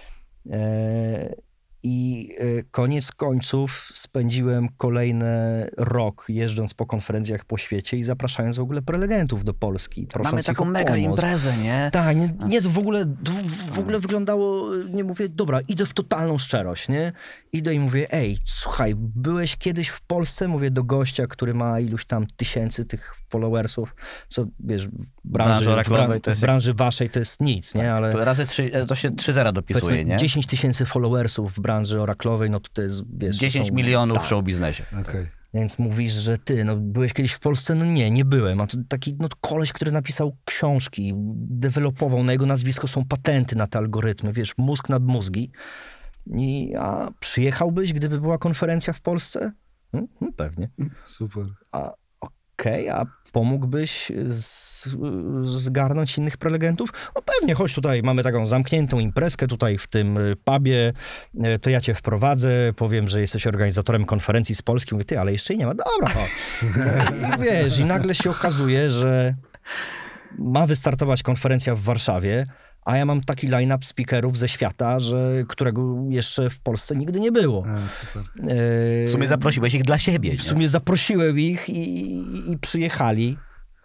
[SPEAKER 4] I koniec końców spędziłem kolejny rok jeżdżąc po konferencjach po świecie i zapraszając w ogóle prelegentów do Polski.
[SPEAKER 1] Mamy
[SPEAKER 4] ich
[SPEAKER 1] taką
[SPEAKER 4] o
[SPEAKER 1] mega
[SPEAKER 4] pomoc.
[SPEAKER 1] imprezę, nie?
[SPEAKER 4] Tak, nie, to w ogóle wyglądało, nie mówię, dobra, idę w totalną szczerość, nie? Idę i mówię, ej, słuchaj, byłeś kiedyś w Polsce? Mówię do gościa, który ma iluś tam tysięcy tych followersów, co wiesz, w branży
[SPEAKER 1] oraklowej to jest
[SPEAKER 4] w branży waszej to jest nic, nie? Ale
[SPEAKER 1] To razy 3, to się 3-0 dopisuje, nie?
[SPEAKER 4] 10 tysięcy followersów w branży oraklowej, no to jest, wiesz...
[SPEAKER 1] 10
[SPEAKER 4] to są-
[SPEAKER 1] milionów
[SPEAKER 4] tak.
[SPEAKER 1] w show biznesie.
[SPEAKER 3] Okej.
[SPEAKER 4] Więc mówisz, że ty, no byłeś kiedyś w Polsce? No nie byłem. A to taki koleś, który napisał książki, dewelopował, na jego nazwisko są patenty na te algorytmy, wiesz, mózg nad mózgi. A przyjechałbyś, gdyby była konferencja w Polsce? Pewnie.
[SPEAKER 3] Super.
[SPEAKER 4] Okej, a pomógłbyś zgarnąć innych prelegentów? No pewnie, chodź tutaj, mamy taką zamkniętą imprezkę tutaj w tym pubie, to ja cię wprowadzę, powiem, że jesteś organizatorem konferencji z Polski. Mówię, ty, ale jeszcze jej nie ma. Dobra, chodź. I wiesz, i nagle się okazuje, że ma wystartować konferencja w Warszawie, a ja mam taki line-up speakerów ze świata, którego jeszcze w Polsce nigdy nie było.
[SPEAKER 3] Super.
[SPEAKER 1] W sumie zaprosiłeś ich dla siebie, nie?
[SPEAKER 4] W sumie zaprosiłem ich i przyjechali,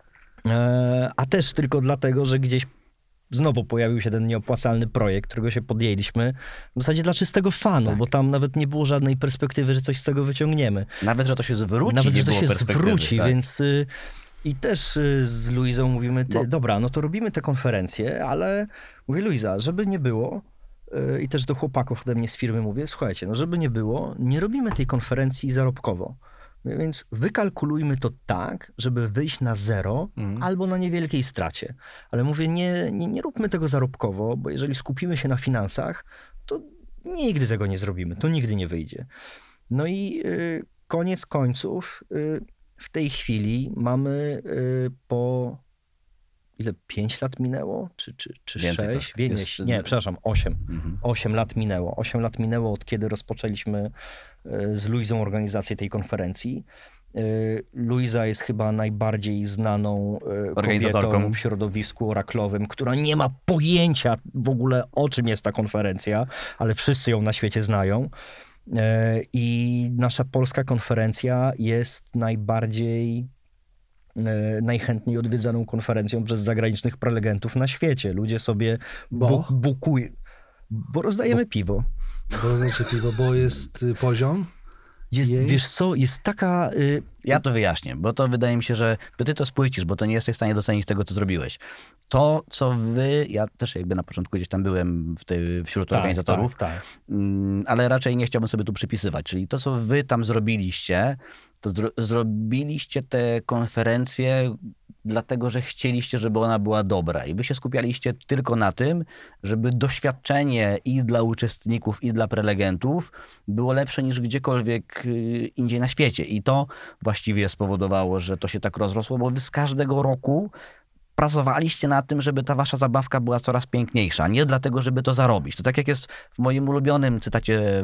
[SPEAKER 4] a też tylko dlatego, że gdzieś znowu pojawił się ten nieopłacalny projekt, którego się podjęliśmy, w zasadzie dla czystego fanu,
[SPEAKER 1] Tak.
[SPEAKER 4] bo tam nawet nie było żadnej perspektywy, że coś z tego wyciągniemy.
[SPEAKER 1] Nawet, że to się zwróci,
[SPEAKER 4] Nawet,
[SPEAKER 1] nie
[SPEAKER 4] że to
[SPEAKER 1] było
[SPEAKER 4] się
[SPEAKER 1] perspektywy,
[SPEAKER 4] zwróci,
[SPEAKER 1] tak.
[SPEAKER 4] więc... I też z Luizą mówimy, dobra, no to robimy tę konferencję, ale mówię, Luiza, żeby nie było, i też do chłopaków ode mnie z firmy mówię, słuchajcie, no żeby nie było, nie robimy tej konferencji zarobkowo. Więc wykalkulujmy to tak, żeby wyjść na zero albo na niewielkiej stracie. Ale mówię, nie róbmy tego zarobkowo, bo jeżeli skupimy się na finansach, to nigdy tego nie zrobimy, to nigdy nie wyjdzie. No i koniec końców... W tej chwili mamy po... Ile? 5 lat minęło? Czy
[SPEAKER 1] Więcej,
[SPEAKER 4] 6?
[SPEAKER 1] tak.
[SPEAKER 4] Nie, przepraszam, 8.
[SPEAKER 1] Mhm.
[SPEAKER 4] 8 lat minęło. 8 lat minęło od kiedy rozpoczęliśmy z Luizą organizację tej konferencji. Luiza jest chyba najbardziej znaną
[SPEAKER 1] Organizatorką
[SPEAKER 4] kobietą w środowisku oraklowym, która nie ma pojęcia w ogóle, o czym jest ta konferencja, ale wszyscy ją na świecie znają. I nasza polska konferencja jest najchętniej odwiedzaną konferencją przez zagranicznych prelegentów na świecie. Ludzie sobie bukują, bo rozdajemy piwo.
[SPEAKER 3] Bo znaczy piwo, bo jest poziom.
[SPEAKER 4] Wiesz co, jest taka...
[SPEAKER 1] Ja to wyjaśnię, bo to wydaje mi się, że ty to spłycisz, bo to nie jesteś w stanie docenić tego, co zrobiłeś. To, co ja też jakby na początku gdzieś tam byłem wśród organizatorów,
[SPEAKER 4] tak.
[SPEAKER 1] Ale raczej nie chciałbym sobie tu przypisywać. Czyli to, co wy tam zrobiliście, to zrobiliście tę konferencję dlatego, że chcieliście, żeby ona była dobra. I wy się skupialiście tylko na tym, żeby doświadczenie i dla uczestników, i dla prelegentów było lepsze niż gdziekolwiek indziej na świecie. I to właściwie spowodowało, że to się tak rozrosło, bo wy z każdego roku pracowaliście nad tym, żeby ta wasza zabawka była coraz piękniejsza. Nie dlatego, żeby to zarobić. To tak jak jest w moim ulubionym cytacie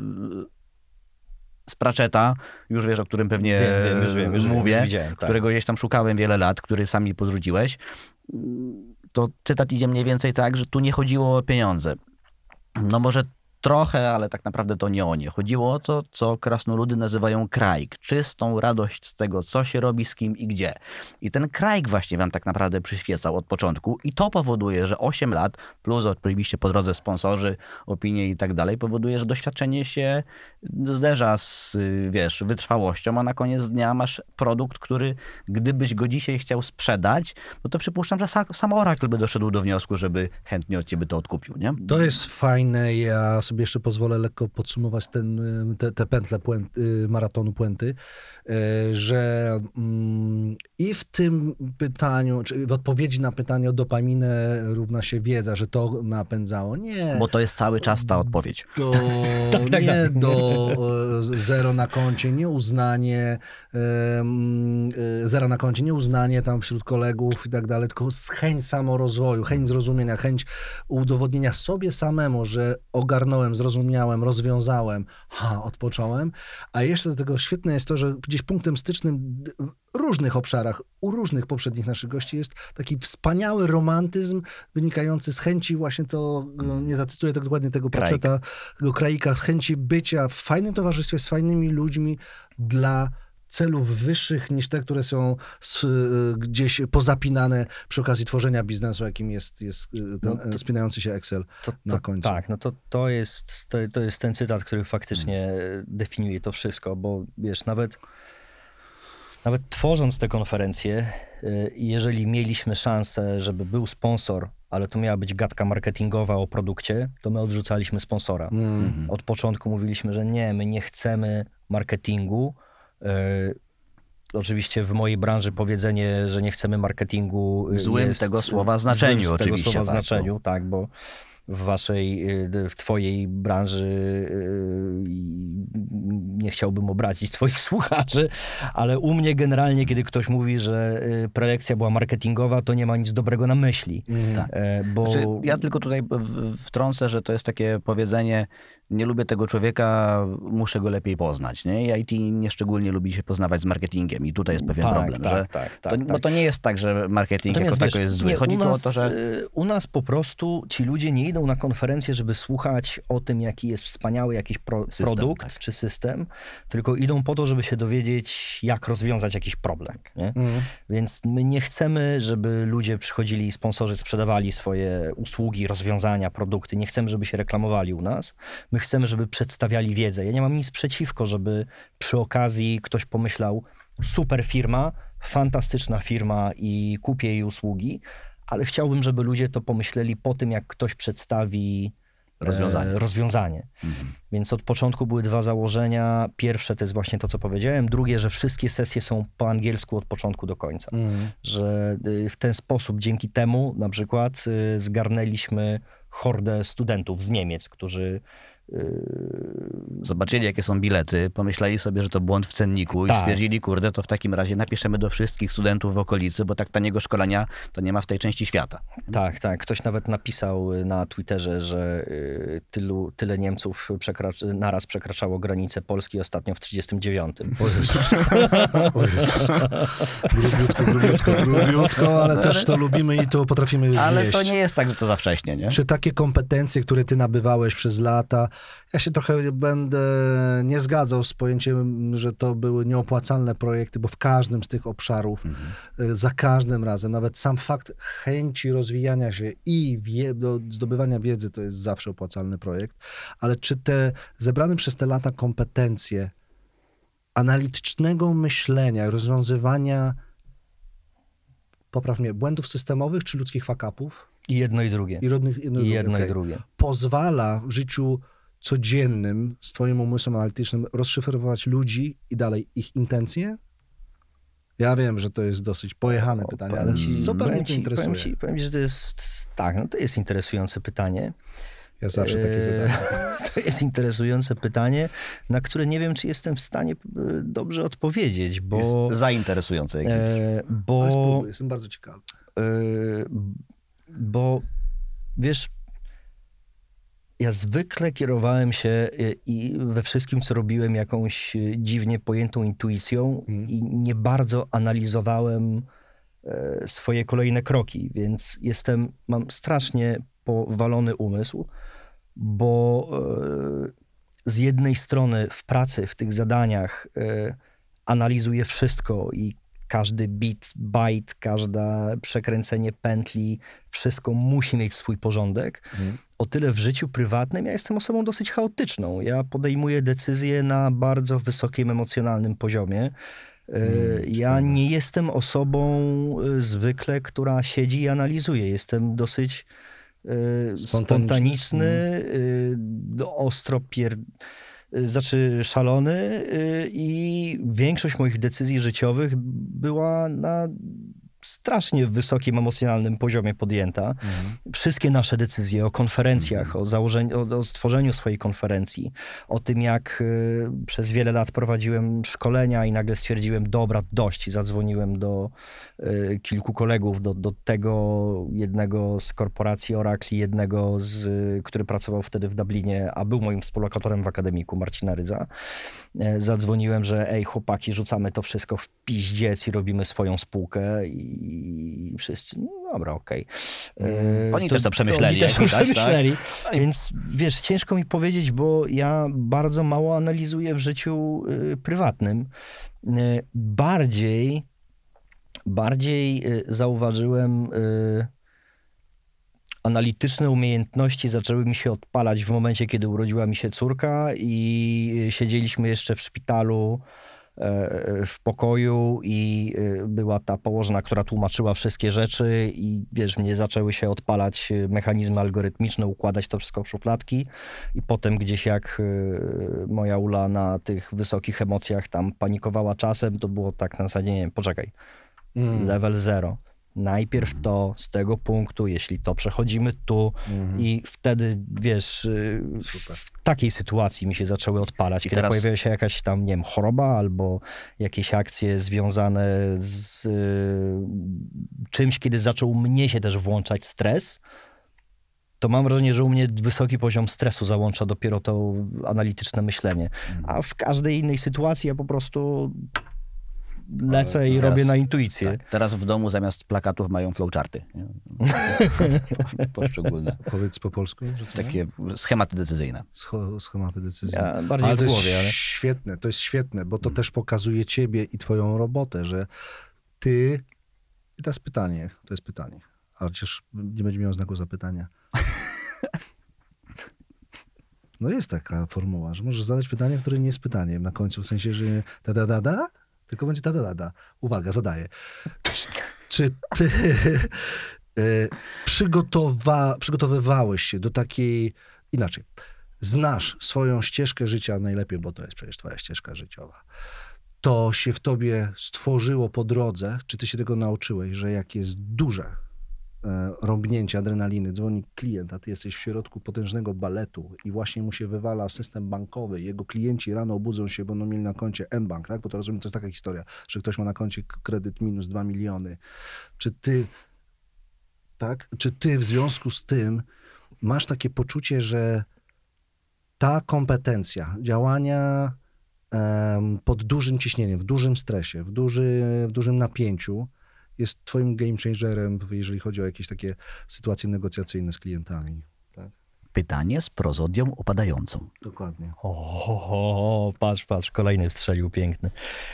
[SPEAKER 1] z Pratchetta, już wiesz, o którym pewnie
[SPEAKER 4] Już
[SPEAKER 1] mówię,
[SPEAKER 4] już widziałem, tak.
[SPEAKER 1] którego gdzieś tam szukałem wiele lat, który sam mi podrzuciłeś. To cytat idzie mniej więcej tak, że tu nie chodziło o pieniądze. No może trochę, ale tak naprawdę to nie o nie. Chodziło o to, co krasnoludy nazywają krajk. Czystą radość z tego, co się robi, z kim i gdzie. I ten krajk właśnie wam tak naprawdę przyświecał od początku i to powoduje, że 8 lat, plus oczywiście po drodze sponsorzy, opinie i tak dalej, powoduje, że doświadczenie się zderza z, wiesz, wytrwałością, a na koniec dnia masz produkt, który gdybyś go dzisiaj chciał sprzedać, no to przypuszczam, że sam Oracle by doszedł do wniosku, żeby chętnie od ciebie to odkupił, nie?
[SPEAKER 3] To jest fajne. Ja sobie jeszcze pozwolę lekko podsumować te pętle maratonu Puenty, że i w tym pytaniu, czy w odpowiedzi na pytanie o dopaminę równa się wiedza, że to napędzało. Nie.
[SPEAKER 1] Bo to jest cały czas ta odpowiedź.
[SPEAKER 3] Zero na koncie, zero na koncie, nieuznanie tam wśród kolegów i tak dalej, tylko chęć samorozwoju, chęć zrozumienia, chęć udowodnienia sobie samemu, że ogarnąłem wziąłem, zrozumiałem, rozwiązałem, odpocząłem. A jeszcze do tego świetne jest to, że gdzieś punktem stycznym w różnych obszarach, u różnych poprzednich naszych gości jest taki wspaniały romantyzm wynikający z chęci właśnie nie zacytuję tak dokładnie tego Pratchetta, tego Kraika, z chęci bycia w fajnym towarzystwie, z fajnymi ludźmi dla celów wyższych niż te, które są gdzieś pozapinane przy okazji tworzenia biznesu, jakim jest ten spinający się Excel na końcu.
[SPEAKER 4] Tak, to jest ten cytat, który faktycznie definiuje to wszystko, bo wiesz, nawet tworząc tę konferencję, jeżeli mieliśmy szansę, żeby był sponsor, ale to miała być gadka marketingowa o produkcie, to my odrzucaliśmy sponsora. Od początku mówiliśmy, że nie, my nie chcemy marketingu. Oczywiście w mojej branży powiedzenie, że nie chcemy marketingu
[SPEAKER 1] Złym tego słowa znaczeniu oczywiście.
[SPEAKER 4] Tak, bo w twojej branży nie chciałbym obrazić twoich słuchaczy, ale u mnie generalnie, kiedy ktoś mówi, że prelekcja była marketingowa, to nie ma nic dobrego na myśli.
[SPEAKER 1] Tak. Znaczy, ja tylko tutaj wtrącę, że to jest takie powiedzenie, nie lubię tego człowieka, muszę go lepiej poznać. Nie? I IT nie szczególnie lubi się poznawać z marketingiem i tutaj jest pewien problem. Bo to nie jest tak, że marketing jako tako jest zły. Chodzi tu o to, że...
[SPEAKER 4] U nas po ci ludzie nie idą na konferencję, żeby słuchać o tym, jaki jest wspaniały jakiś produkt czy system, tylko idą po to, żeby się dowiedzieć, jak rozwiązać jakiś problem. Nie? Więc my nie chcemy, żeby ludzie przychodzili i sponsorzy sprzedawali swoje usługi, rozwiązania, produkty. Nie chcemy, żeby się reklamowali u nas. My chcemy, żeby przedstawiali wiedzę. Ja nie mam nic przeciwko, żeby przy okazji ktoś pomyślał, super firma, fantastyczna firma i kupię jej usługi, ale chciałbym, żeby ludzie to pomyśleli po tym, jak ktoś przedstawi rozwiązanie. Więc od początku były 2 założenia. Pierwsze to jest właśnie to, co powiedziałem. Drugie, że wszystkie sesje są po angielsku od początku do końca. Że w ten sposób, dzięki temu na przykład zgarnęliśmy hordę studentów z Niemiec, którzy
[SPEAKER 1] zobaczyli, jakie są bilety, pomyśleli sobie, że to błąd w cenniku i stwierdzili, kurde, to w takim razie napiszemy do wszystkich studentów w okolicy, bo tak taniego szkolenia to nie ma w tej części świata.
[SPEAKER 4] Tak. Ktoś nawet napisał na Twitterze, że tyle Niemców naraz przekraczało granicę Polski ostatnio w 1939.
[SPEAKER 3] O Jezus. Grubiutko, ale też to lubimy i to potrafimy zjeść.
[SPEAKER 1] Ale to nie jest tak, że to za wcześnie, nie?
[SPEAKER 3] Czy takie kompetencje, które ty nabywałeś przez lata, ja się trochę będę nie zgadzał z pojęciem, że to były nieopłacalne projekty, bo w każdym z tych obszarów, za każdym razem, nawet sam fakt chęci rozwijania się i do zdobywania wiedzy to jest zawsze opłacalny projekt, ale czy te zebrane przez te lata kompetencje analitycznego myślenia, rozwiązywania, popraw mnie, błędów systemowych czy ludzkich fuck-upów?
[SPEAKER 4] I jedno i drugie.
[SPEAKER 3] I drugie. Pozwala w życiu codziennym z twoim umysłem analitycznym rozszyfrować ludzi i dalej ich intencje? Ja wiem, że to jest dosyć pojechane pytanie, ale super mnie to interesuje.
[SPEAKER 4] Powiem ci, że to jest, to jest interesujące pytanie.
[SPEAKER 3] Ja zawsze takie zadanie.
[SPEAKER 4] To jest interesujące pytanie, na które nie wiem, czy jestem w stanie dobrze odpowiedzieć, bo...
[SPEAKER 1] Jest zainteresujące, jak
[SPEAKER 3] widzisz. Jestem bardzo ciekawy.
[SPEAKER 4] Bo wiesz, ja zwykle kierowałem się i we wszystkim, co robiłem, jakąś dziwnie pojętą intuicją i nie bardzo analizowałem swoje kolejne kroki, więc mam strasznie powalony umysł, bo z jednej strony w pracy, w tych zadaniach analizuję wszystko i każdy bit, byte, każde przekręcenie pętli, wszystko musi mieć swój porządek. O tyle w życiu prywatnym ja jestem osobą dosyć chaotyczną. Ja podejmuję decyzje na bardzo wysokim emocjonalnym poziomie. Ja nie jestem osobą zwykle, która siedzi i analizuje. Jestem dosyć spontaniczny, ostro szalony i większość moich decyzji życiowych była na strasznie wysokim emocjonalnym poziomie podjęta. Wszystkie nasze decyzje o konferencjach, o stworzeniu swojej konferencji, o tym, jak przez wiele lat prowadziłem szkolenia i nagle stwierdziłem, dobra, dość. I zadzwoniłem do kilku kolegów, do tego jednego z korporacji Oracle, jednego, który pracował wtedy w Dublinie, a był moim współlokatorem w akademiku, Marcina Rydza. Zadzwoniłem, że ej, chłopaki, rzucamy to wszystko w piździec i robimy swoją spółkę i wszyscy, no dobra, okej.
[SPEAKER 1] Oni też to przemyśleli.
[SPEAKER 4] Oni też to
[SPEAKER 1] tak?
[SPEAKER 4] przemyśleli. Więc wiesz, ciężko mi powiedzieć, bo ja bardzo mało analizuję w życiu prywatnym. Bardziej zauważyłem analityczne umiejętności zaczęły mi się odpalać w momencie, kiedy urodziła mi się córka i siedzieliśmy jeszcze w szpitalu w pokoju i była ta położna, która tłumaczyła wszystkie rzeczy i wiesz, mnie zaczęły się odpalać mechanizmy algorytmiczne, układać to wszystko w szufladki i potem gdzieś jak moja Ula na tych wysokich emocjach tam panikowała czasem, to było tak na zasadzie, nie wiem, poczekaj, level 0. Najpierw to z tego punktu, jeśli to przechodzimy tu i wtedy, wiesz, w takiej sytuacji mi się zaczęły odpalać, kiedy pojawiła się jakaś tam, nie wiem, choroba albo jakieś akcje związane z czymś, kiedy zaczął mnie się też włączać stres, to mam wrażenie, że u mnie wysoki poziom stresu załącza dopiero to analityczne myślenie. A w każdej innej sytuacji ja po prostu lecę i robię na intuicję.
[SPEAKER 1] Tak, teraz w domu zamiast plakatów mają flowcharty. Poszczególne.
[SPEAKER 3] Powiedz po polsku. Że
[SPEAKER 1] takie schematy decyzyjne.
[SPEAKER 3] Schematy decyzyjne.
[SPEAKER 4] Ja bardziej w głowie. Ale
[SPEAKER 3] świetne, to jest świetne, bo to też pokazuje ciebie i twoją robotę, że ty... I to jest pytanie, ale przecież nie będzie miał znaku zapytania. No jest taka formuła, że możesz zadać pytanie, które nie jest pytaniem na końcu, w sensie, że da, tylko będzie da. Uwaga, zadaję. Czy ty przygotowywałeś się do takiej... Inaczej. Znasz swoją ścieżkę życia najlepiej, bo to jest przecież twoja ścieżka życiowa. To się w tobie stworzyło po drodze, czy ty się tego nauczyłeś, że jak jest duże rąbnięcie adrenaliny, dzwoni klient, a ty jesteś w środku potężnego baletu i właśnie mu się wywala system bankowy, jego klienci rano obudzą się, będą mieli na koncie mBank, tak? Bo to rozumiem, to jest taka historia, że ktoś ma na koncie kredyt minus 2 miliony. Czy ty w związku z tym masz takie poczucie, że ta kompetencja działania pod dużym ciśnieniem, w dużym stresie, w dużym napięciu jest twoim game changerem, jeżeli chodzi o jakieś takie sytuacje negocjacyjne z klientami? Tak?
[SPEAKER 1] Pytanie z prozodią opadającą.
[SPEAKER 3] Dokładnie.
[SPEAKER 4] Patrz, kolejny wstrzelił piękny.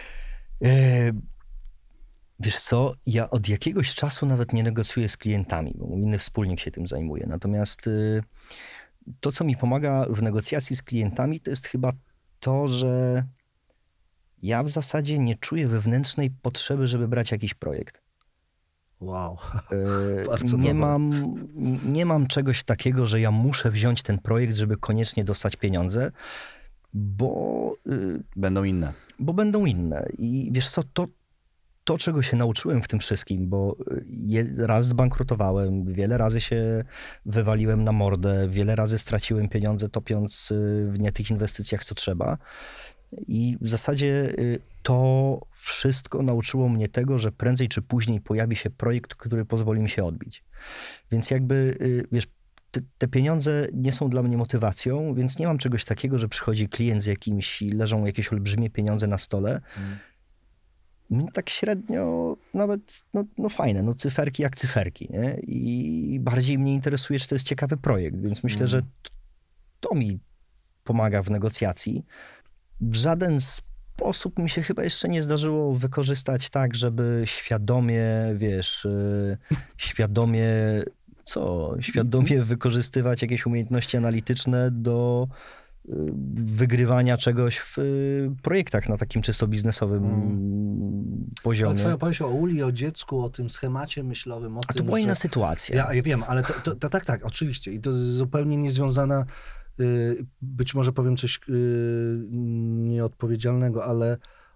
[SPEAKER 4] Wiesz co, ja od jakiegoś czasu nawet nie negocjuję z klientami, bo mój inny wspólnik się tym zajmuje. Natomiast to, co mi pomaga w negocjacji z klientami, to jest chyba to, że ja w zasadzie nie czuję wewnętrznej potrzeby, żeby brać jakiś projekt.
[SPEAKER 3] Wow, bardzo
[SPEAKER 4] nie mam czegoś takiego, że ja muszę wziąć ten projekt, żeby koniecznie dostać pieniądze, bo...
[SPEAKER 1] Będą inne.
[SPEAKER 4] Bo będą inne. I wiesz co, to czego się nauczyłem w tym wszystkim, bo raz zbankrutowałem, wiele razy się wywaliłem na mordę, wiele razy straciłem pieniądze, topiąc w nie tych inwestycjach, co trzeba. I w zasadzie to wszystko nauczyło mnie tego, że prędzej czy później pojawi się projekt, który pozwoli mi się odbić. Więc jakby, wiesz, te pieniądze nie są dla mnie motywacją, więc nie mam czegoś takiego, że przychodzi klient z jakimś i leżą jakieś olbrzymie pieniądze na stole. Mnie tak średnio nawet, no fajne, no cyferki jak cyferki, nie? I bardziej mnie interesuje, czy to jest ciekawy projekt, więc myślę, że to mi pomaga w negocjacji. W żaden sposób mi się chyba jeszcze nie zdarzyło wykorzystać tak, żeby świadomie, wiesz, świadomie wykorzystywać jakieś umiejętności analityczne do wygrywania czegoś w projektach na takim czysto biznesowym poziomie.
[SPEAKER 3] Ale twoja opowieść o Uli, o dziecku, o tym schemacie myślowym,
[SPEAKER 4] to była inna sytuacja.
[SPEAKER 3] Ja wiem, ale tak, oczywiście. I to zupełnie niezwiązana, być może powiem coś nieodpowiedzialnego, ale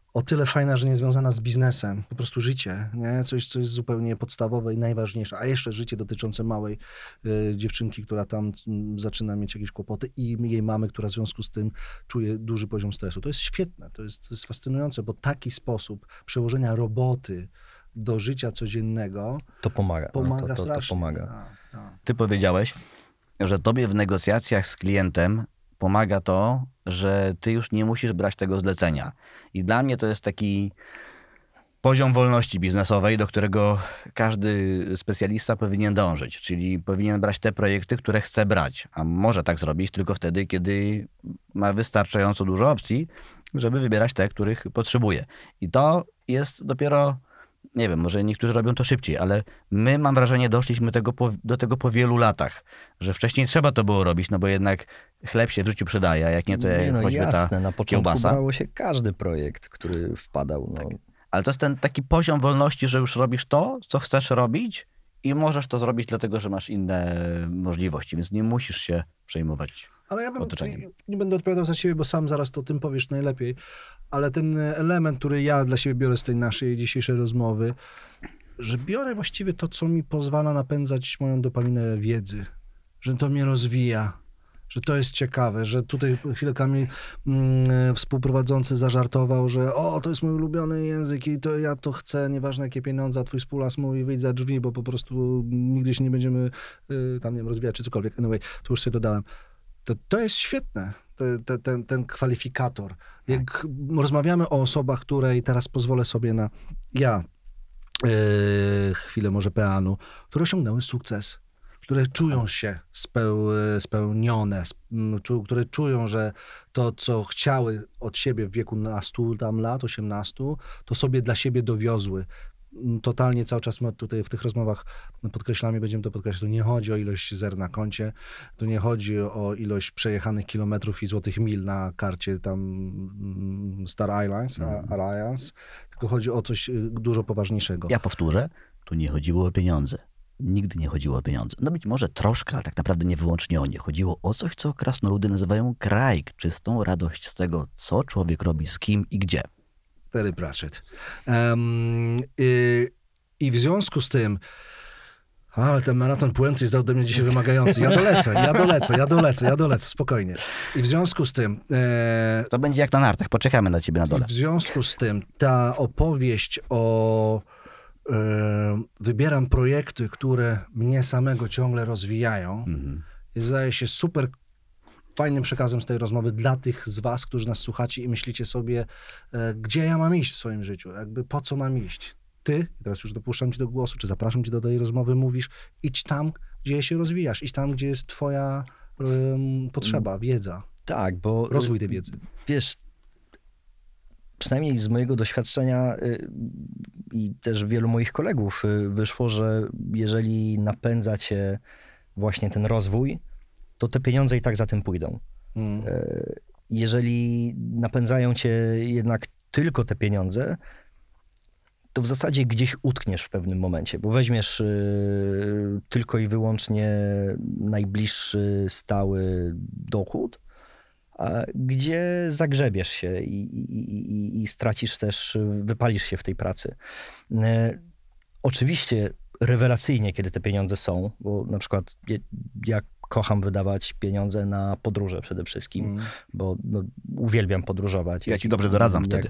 [SPEAKER 3] o tyle fajna, że nie związana z biznesem. Po prostu życie, nie? Coś, co jest zupełnie podstawowe i najważniejsze. A jeszcze życie dotyczące małej dziewczynki, która tam zaczyna mieć jakieś kłopoty i jej mamy, która w związku z tym czuje duży poziom stresu. To jest świetne, to jest fascynujące, bo taki sposób przełożenia roboty do życia codziennego
[SPEAKER 4] To pomaga.
[SPEAKER 3] pomaga
[SPEAKER 4] To
[SPEAKER 3] strasznie.
[SPEAKER 4] pomaga.
[SPEAKER 3] Tak.
[SPEAKER 1] Ty powiedziałeś, że tobie w negocjacjach z klientem pomaga to, że ty już nie musisz brać tego zlecenia. I dla mnie to jest taki poziom wolności biznesowej, do którego każdy specjalista powinien dążyć. Czyli powinien brać te projekty, które chce brać. A może tak zrobić tylko wtedy, kiedy ma wystarczająco dużo opcji, żeby wybierać te, których potrzebuje. I to jest dopiero... Nie wiem, może niektórzy robią to szybciej, ale my, mam wrażenie, doszliśmy do tego po wielu latach, że wcześniej trzeba to było robić, no bo jednak chleb się w życiu przydaje, a jak nie to choćby
[SPEAKER 4] jasne,
[SPEAKER 1] ta
[SPEAKER 4] na początku
[SPEAKER 1] kiełbasa.
[SPEAKER 4] brało się każdy projekt, który wpadał. No.
[SPEAKER 1] Ale to jest ten taki poziom wolności, że już robisz to, co chcesz robić i możesz to zrobić dlatego, że masz inne możliwości, więc nie musisz się przejmować.
[SPEAKER 3] Ale ja bym,
[SPEAKER 1] otoczeniem.
[SPEAKER 3] nie będę odpowiadał za siebie, bo sam zaraz to o tym powiesz najlepiej, ale ten element, który ja dla siebie biorę z tej naszej dzisiejszej rozmowy, że biorę właściwie to, co mi pozwala napędzać moją dopaminę wiedzy, że to mnie rozwija, że to jest ciekawe, że tutaj chwilę Kamil współprowadzący zażartował, że to jest mój ulubiony język i to ja to chcę, nieważne jakie pieniądze, a twój współlas mówi wyjdź za drzwi, bo po prostu nigdy się nie będziemy tam, nie wiem, rozwijać czy cokolwiek. Anyway, to już sobie dodałem. To jest świetne, ten kwalifikator. Jak rozmawiamy o osobach, które, i teraz pozwolę sobie na chwilę może peanu, które osiągnęły sukces, które czują się spełnione, które czują, że to, co chciały od siebie w wieku nastu tam lat, 18, to sobie dla siebie dowiozły. Totalnie cały czas my tutaj w tych rozmowach podkreślamy, będziemy to podkreślać, to nie chodzi o ilość zer na koncie, to nie chodzi o ilość przejechanych kilometrów i złotych mil na karcie tam Star Alliance, tylko chodzi o coś dużo poważniejszego.
[SPEAKER 1] Ja powtórzę, tu nie chodziło o pieniądze. Nigdy nie chodziło o pieniądze. No być może troszkę, ale tak naprawdę nie wyłącznie o nie. Chodziło o coś, co krasnoludy nazywają kraik, czystą radość z tego, co człowiek robi, z kim i gdzie.
[SPEAKER 3] Terry Pratchett. I w związku z tym, ale ten maraton puenty jest ode mnie dzisiaj wymagający. Ja dolecę, spokojnie. I w związku z tym...
[SPEAKER 1] To będzie jak na nartach, poczekamy na ciebie na dole.
[SPEAKER 3] W związku z tym ta opowieść o... wybieram projekty, które mnie samego ciągle rozwijają. I zdaje się super fajnym przekazem z tej rozmowy dla tych z was, którzy nas słuchacie i myślicie sobie, gdzie ja mam iść w swoim życiu, jakby po co mam iść. Ty, teraz już dopuszczam ci do głosu, czy zapraszam cię do tej rozmowy, mówisz, idź tam, gdzie się rozwijasz, idź tam, gdzie jest twoja potrzeba, wiedza.
[SPEAKER 4] Tak, bo...
[SPEAKER 3] Rozwój tej wiedzy.
[SPEAKER 4] Wiesz, przynajmniej z mojego doświadczenia i też wielu moich kolegów wyszło, że jeżeli napędza cię właśnie ten rozwój, to te pieniądze i tak za tym pójdą. Jeżeli napędzają cię jednak tylko te pieniądze, to w zasadzie gdzieś utkniesz w pewnym momencie, bo weźmiesz tylko i wyłącznie najbliższy stały dochód, gdzie zagrzebiesz się i stracisz też, wypalisz się w tej pracy. Oczywiście rewelacyjnie, kiedy te pieniądze są, bo na przykład ja kocham wydawać pieniądze na podróże przede wszystkim, bo uwielbiam podróżować.
[SPEAKER 1] Ja ci dobrze doradzam wtedy.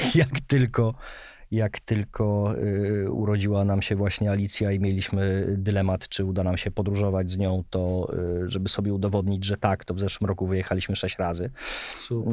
[SPEAKER 4] Jak tylko urodziła nam się właśnie Alicja i mieliśmy dylemat, czy uda nam się podróżować z nią, to żeby sobie udowodnić, że tak, to w zeszłym roku wyjechaliśmy 6 razy.
[SPEAKER 3] Super.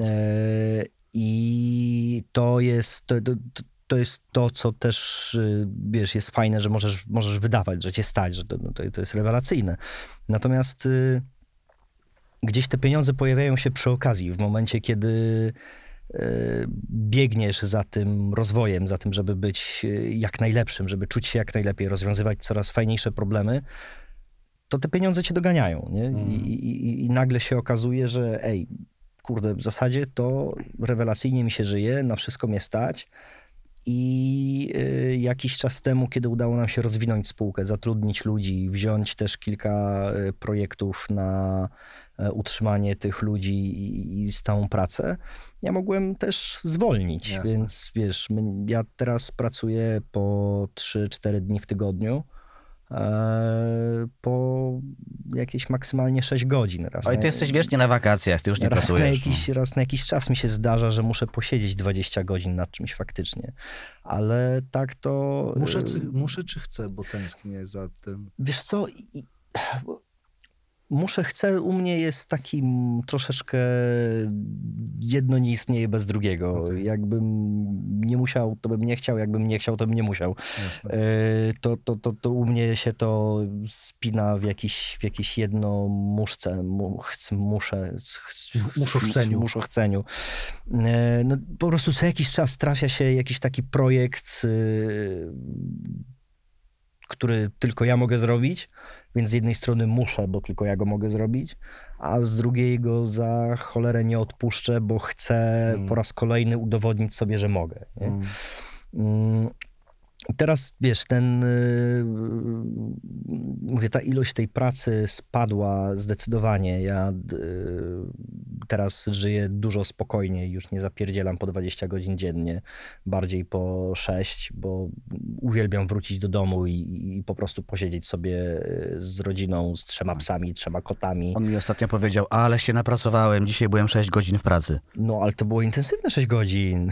[SPEAKER 4] I to jest to, co też, wiesz, jest fajne, że możesz wydawać, że cię stać, że to jest rewelacyjne. Natomiast gdzieś te pieniądze pojawiają się przy okazji, w momencie, kiedy biegniesz za tym rozwojem, za tym, żeby być jak najlepszym, żeby czuć się jak najlepiej, rozwiązywać coraz fajniejsze problemy, to te pieniądze cię doganiają, nie? I nagle się okazuje, że kurde, w zasadzie to rewelacyjnie mi się żyje, na wszystko mnie stać I jakiś czas temu, kiedy udało nam się rozwinąć spółkę, zatrudnić ludzi, wziąć też kilka projektów na utrzymanie tych ludzi i stałą pracę, ja mogłem też zwolnić.
[SPEAKER 3] Jasne.
[SPEAKER 4] Więc wiesz, ja teraz pracuję po 3-4 dni w tygodniu, po jakieś maksymalnie 6 godzin.
[SPEAKER 1] Ale ty jesteś wiecznie na wakacjach, ty już nie pracujesz.
[SPEAKER 4] Raz na jakiś czas mi się zdarza, że muszę posiedzieć 20 godzin nad czymś faktycznie. Ale tak to...
[SPEAKER 3] Muszę czy chcę, bo tęsknię za tym.
[SPEAKER 4] Wiesz co... Chcę, u mnie jest taki troszeczkę jedno nie istnieje bez drugiego.
[SPEAKER 3] Okay.
[SPEAKER 4] Jakbym nie musiał, to bym nie chciał, jakbym nie chciał, to bym nie musiał. To u mnie się to spina w jakiś jedno muszochceniu. No, po prostu co jakiś czas trafia się jakiś taki projekt, który tylko ja mogę zrobić, więc z jednej strony muszę, bo tylko ja go mogę zrobić, a z drugiej go za cholerę nie odpuszczę, bo chcę po raz kolejny udowodnić sobie, że mogę. Nie? Teraz, wiesz, mówię, ta ilość tej pracy spadła zdecydowanie. Ja teraz żyję dużo spokojniej, już nie zapierdzielam po 20 godzin dziennie, bardziej po 6, bo uwielbiam wrócić do domu i po prostu posiedzieć sobie z rodziną, z 3 psami, 3 kotami.
[SPEAKER 1] On mi ostatnio powiedział, ale się napracowałem, dzisiaj byłem 6 godzin w pracy.
[SPEAKER 4] No, ale to było intensywne 6 godzin.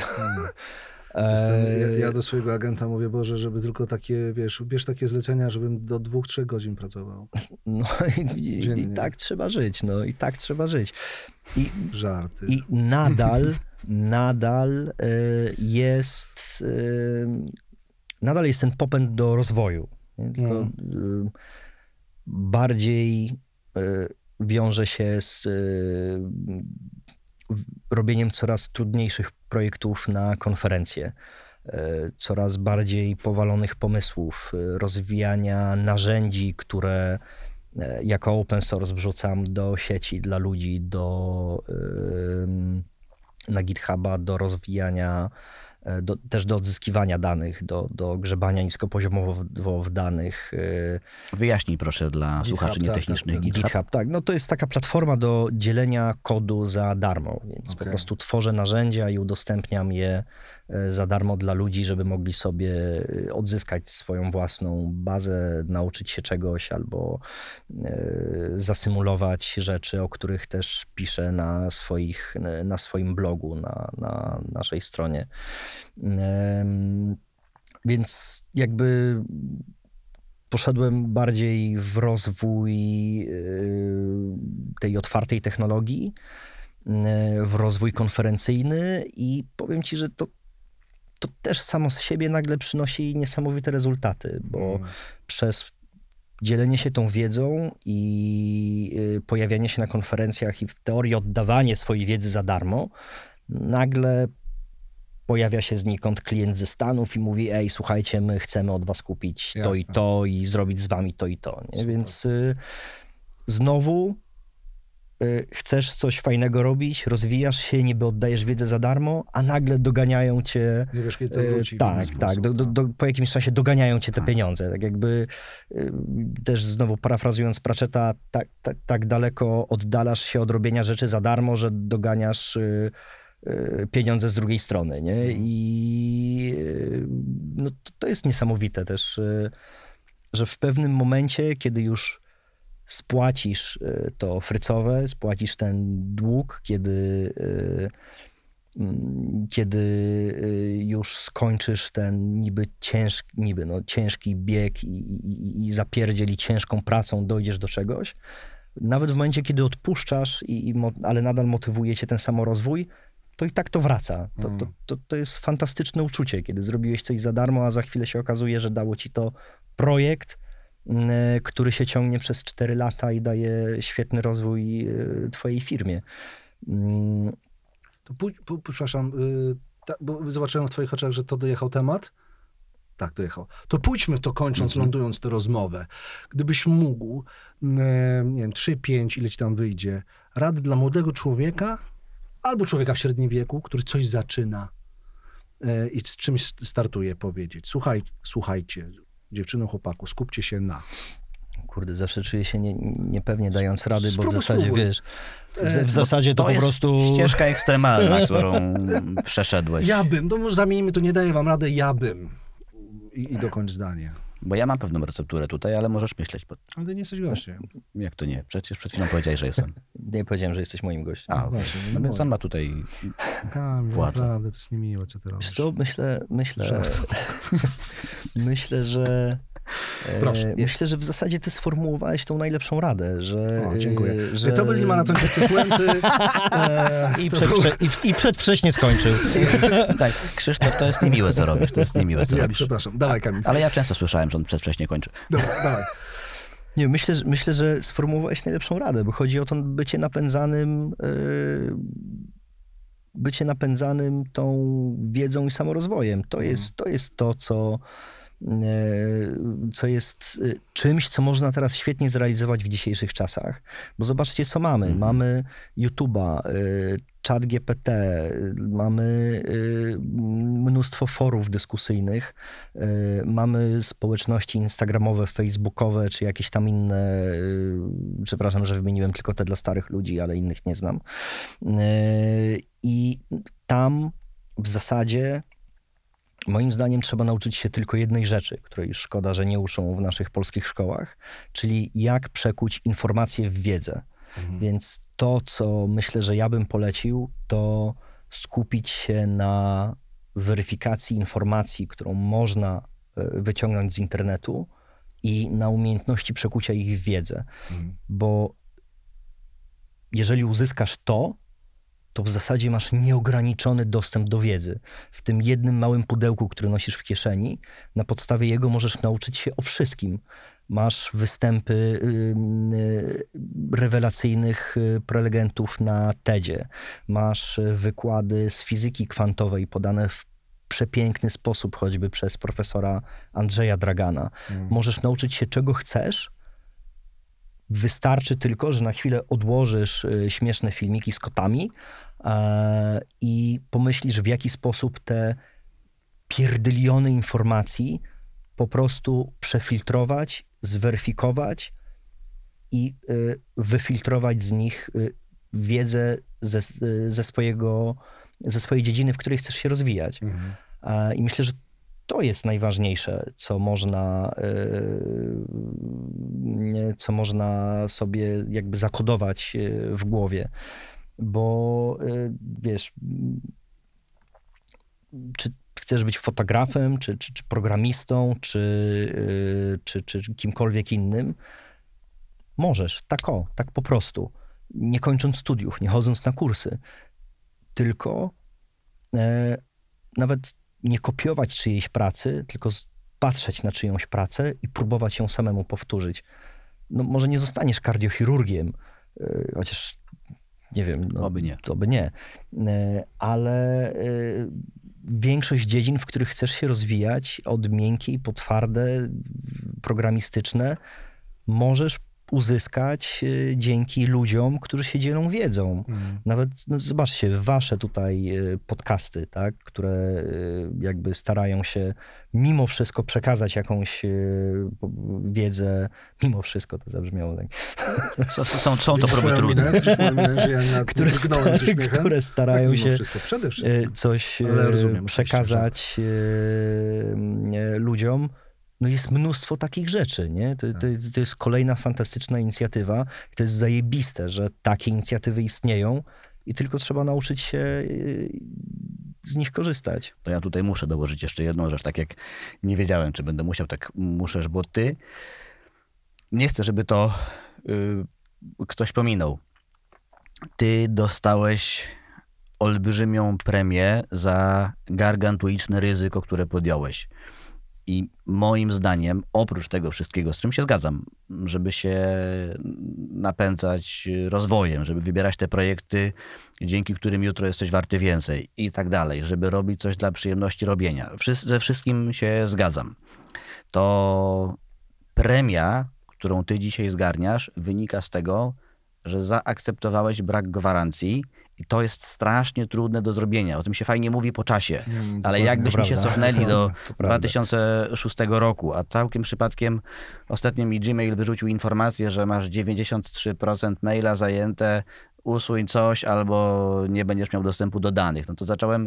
[SPEAKER 3] Ja do swojego agenta mówię, Boże, żeby tylko takie, wiesz, bierz takie zlecenia, żebym do 2-3 godzin pracował.
[SPEAKER 4] No i tak trzeba żyć, i tak trzeba żyć.
[SPEAKER 3] Żarty.
[SPEAKER 4] I nadal jest ten popęd do rozwoju. Nie? Tylko bardziej wiąże się z robieniem coraz trudniejszych projektów na konferencje, coraz bardziej powalonych pomysłów, rozwijania narzędzi, które jako open source wrzucam do sieci dla ludzi, na GitHuba, do rozwijania, też do odzyskiwania danych, do grzebania niskopoziomowo w danych.
[SPEAKER 1] Wyjaśnij proszę dla słuchaczy nietechnicznych.
[SPEAKER 4] GitHub, tak. No to jest taka platforma do dzielenia kodu za darmo, więc po prostu tworzę narzędzia i udostępniam je za darmo dla ludzi, żeby mogli sobie odzyskać swoją własną bazę, nauczyć się czegoś albo zasymulować rzeczy, o których też piszę na swoim blogu, na naszej stronie. Więc jakby poszedłem bardziej w rozwój tej otwartej technologii, w rozwój konferencyjny i powiem ci, że to też samo z siebie nagle przynosi niesamowite rezultaty, bo przez dzielenie się tą wiedzą i pojawianie się na konferencjach i w teorii oddawanie swojej wiedzy za darmo, nagle pojawia się znikąd klient ze Stanów i mówi, ej, słuchajcie, my chcemy od was kupić to i to i zrobić z wami to i to. Nie? Więc znowu chcesz coś fajnego robić, rozwijasz się, niby oddajesz wiedzę za darmo, a nagle doganiają cię...
[SPEAKER 3] Nie wiesz, kiedy to wróci.
[SPEAKER 4] Po jakimś czasie doganiają cię te pieniądze. Tak jakby też znowu parafrazując Pratchetta, tak daleko oddalasz się od robienia rzeczy za darmo, że doganiasz pieniądze z drugiej strony, nie? I to jest niesamowite też, że w pewnym momencie, kiedy już spłacisz to frycowe, spłacisz ten dług, kiedy już skończysz ten ciężki bieg i zapierdzieli ciężką pracą, dojdziesz do czegoś, nawet w momencie, kiedy odpuszczasz, ale nadal motywuje cię ten samorozwój, to i tak to wraca. To jest fantastyczne uczucie, kiedy zrobiłeś coś za darmo, a za chwilę się okazuje, że dało ci to projekt, który się ciągnie przez 4 lata i daje świetny rozwój twojej firmie.
[SPEAKER 3] To przepraszam, bo zobaczyłem w twoich oczach, że to dojechał temat. Tak, dojechał. To pójdźmy w to kończąc, lądując tę rozmowę. Gdybyś mógł, nie wiem, 3-5, ile ci tam wyjdzie, rad dla młodego człowieka albo człowieka w średnim wieku, który coś zaczyna. i z czymś startuję powiedzieć. Słuchajcie, dziewczyno, chłopaku, skupcie się na...
[SPEAKER 4] Kurde, zawsze czuję się niepewnie dając rady, bo w
[SPEAKER 3] Spróbuj,
[SPEAKER 4] zasadzie,
[SPEAKER 3] spróbuj.
[SPEAKER 4] wiesz, w zasadzie to po
[SPEAKER 1] jest
[SPEAKER 4] prostu...
[SPEAKER 1] ścieżka ekstremalna, którą przeszedłeś.
[SPEAKER 3] Ja bym, no może zamieńmy, to nie daję wam radę, ja bym. I dokończ zdanie.
[SPEAKER 1] Bo ja mam pewną recepturę tutaj, ale możesz myśleć.
[SPEAKER 3] Ale ty nie jesteś gościem.
[SPEAKER 1] Jak to nie? Przecież przed chwilą powiedziałeś, że jestem.
[SPEAKER 4] Nie powiedziałem, że jesteś moim gościem.
[SPEAKER 1] A,
[SPEAKER 3] właśnie,
[SPEAKER 1] no
[SPEAKER 3] nie
[SPEAKER 1] więc on ma tutaj...
[SPEAKER 3] Kamil,
[SPEAKER 1] Władza.
[SPEAKER 3] naprawdę, to jest niemiłe, co ty robisz.
[SPEAKER 4] Wiesz co, myślę,
[SPEAKER 3] Żart.
[SPEAKER 4] myślę, że...
[SPEAKER 3] Proszę.
[SPEAKER 4] Myślę, że w zasadzie ty sformułowałeś tą najlepszą radę, że...
[SPEAKER 3] O, dziękuję.
[SPEAKER 4] Że...
[SPEAKER 3] To byli maratończycy puenty.
[SPEAKER 4] I przedwcześnie skończył.
[SPEAKER 1] Tak, Krzysztof, to jest niemiłe, co robisz. To jest niemiłe, co
[SPEAKER 3] Nie,
[SPEAKER 1] robisz.
[SPEAKER 3] przepraszam. Dawaj, Kamil.
[SPEAKER 1] Ale ja często słyszałem, że on przedwcześnie kończy.
[SPEAKER 3] Dobra, dawaj.
[SPEAKER 4] Nie, myślę, że sformułowałeś najlepszą radę, bo chodzi o to bycie napędzanym tą wiedzą i samorozwojem. To jest to, co jest czymś, co można teraz świetnie zrealizować w dzisiejszych czasach. Bo zobaczcie, co mamy. Mamy YouTube'a, ChatGPT, mamy mnóstwo forów dyskusyjnych, mamy społeczności instagramowe, facebookowe, czy jakieś tam inne, przepraszam, że wymieniłem tylko te dla starych ludzi, ale innych nie znam. I tam w zasadzie moim zdaniem trzeba nauczyć się tylko jednej rzeczy, której szkoda, że nie uczą w naszych polskich szkołach, czyli jak przekuć informacje w wiedzę. Więc to, co myślę, że ja bym polecił, to skupić się na weryfikacji informacji, którą można wyciągnąć z internetu i na umiejętności przekucia ich w wiedzę. Bo jeżeli uzyskasz to w zasadzie masz nieograniczony dostęp do wiedzy. W tym jednym małym pudełku, który nosisz w kieszeni, na podstawie jego możesz nauczyć się o wszystkim. Masz występy rewelacyjnych prelegentów na TED-zie. Masz wykłady z fizyki kwantowej podane w przepiękny sposób, choćby przez profesora Andrzeja Dragana. Możesz nauczyć się czego chcesz. Wystarczy tylko, że na chwilę odłożysz śmieszne filmiki z kotami i pomyślisz, w jaki sposób te pierdyliony informacji po prostu przefiltrować, zweryfikować i wyfiltrować z nich wiedzę ze swojej dziedziny, w której chcesz się rozwijać. I myślę, że to jest najważniejsze, co można sobie jakby zakodować w głowie. Bo wiesz, czy chcesz być fotografem, czy programistą, czy kimkolwiek innym, możesz, tak po prostu. Nie kończąc studiów, nie chodząc na kursy. Tylko nawet nie kopiować czyjejś pracy, tylko patrzeć na czyjąś pracę i próbować ją samemu powtórzyć. No może nie zostaniesz kardiochirurgiem, chociaż nie wiem. No, oby nie. Ale większość dziedzin, w których chcesz się rozwijać, od miękkiej po twarde, programistyczne, możesz uzyskać dzięki ludziom, którzy się dzielą wiedzą. Nawet, no zobaczcie, wasze tutaj podcasty, tak, które jakby starają się mimo wszystko przekazać jakąś wiedzę, mimo wszystko to zabrzmiało tak.
[SPEAKER 1] Są to próby trudne.
[SPEAKER 4] Które starają się
[SPEAKER 3] przede wszystkim
[SPEAKER 4] coś przekazać ludziom. No jest mnóstwo takich rzeczy, nie? To jest kolejna fantastyczna inicjatywa. To jest zajebiste, że takie inicjatywy istnieją i tylko trzeba nauczyć się z nich korzystać.
[SPEAKER 1] To ja tutaj muszę dołożyć jeszcze jedną rzecz, tak jak nie wiedziałem, czy będę musiał, tak muszę, bo ty nie chcę, żeby to ktoś pominął. Ty dostałeś olbrzymią premię za gargantuiczne ryzyko, które podjąłeś. I moim zdaniem, oprócz tego wszystkiego, z czym się zgadzam, żeby się napędzać rozwojem, żeby wybierać te projekty, dzięki którym jutro jesteś warty więcej i tak dalej, żeby robić coś dla przyjemności robienia. Ze wszystkim się zgadzam. To premia, którą ty dzisiaj zgarniasz, wynika z tego, że zaakceptowałeś brak gwarancji i to jest strasznie trudne do zrobienia. O tym się fajnie mówi po czasie, ale jakbyśmy się cofnęli do 2006 roku, a całkiem przypadkiem ostatnio mi Gmail wyrzucił informację, że masz 93% maila zajęte, usuń coś albo nie będziesz miał dostępu do danych. No to zacząłem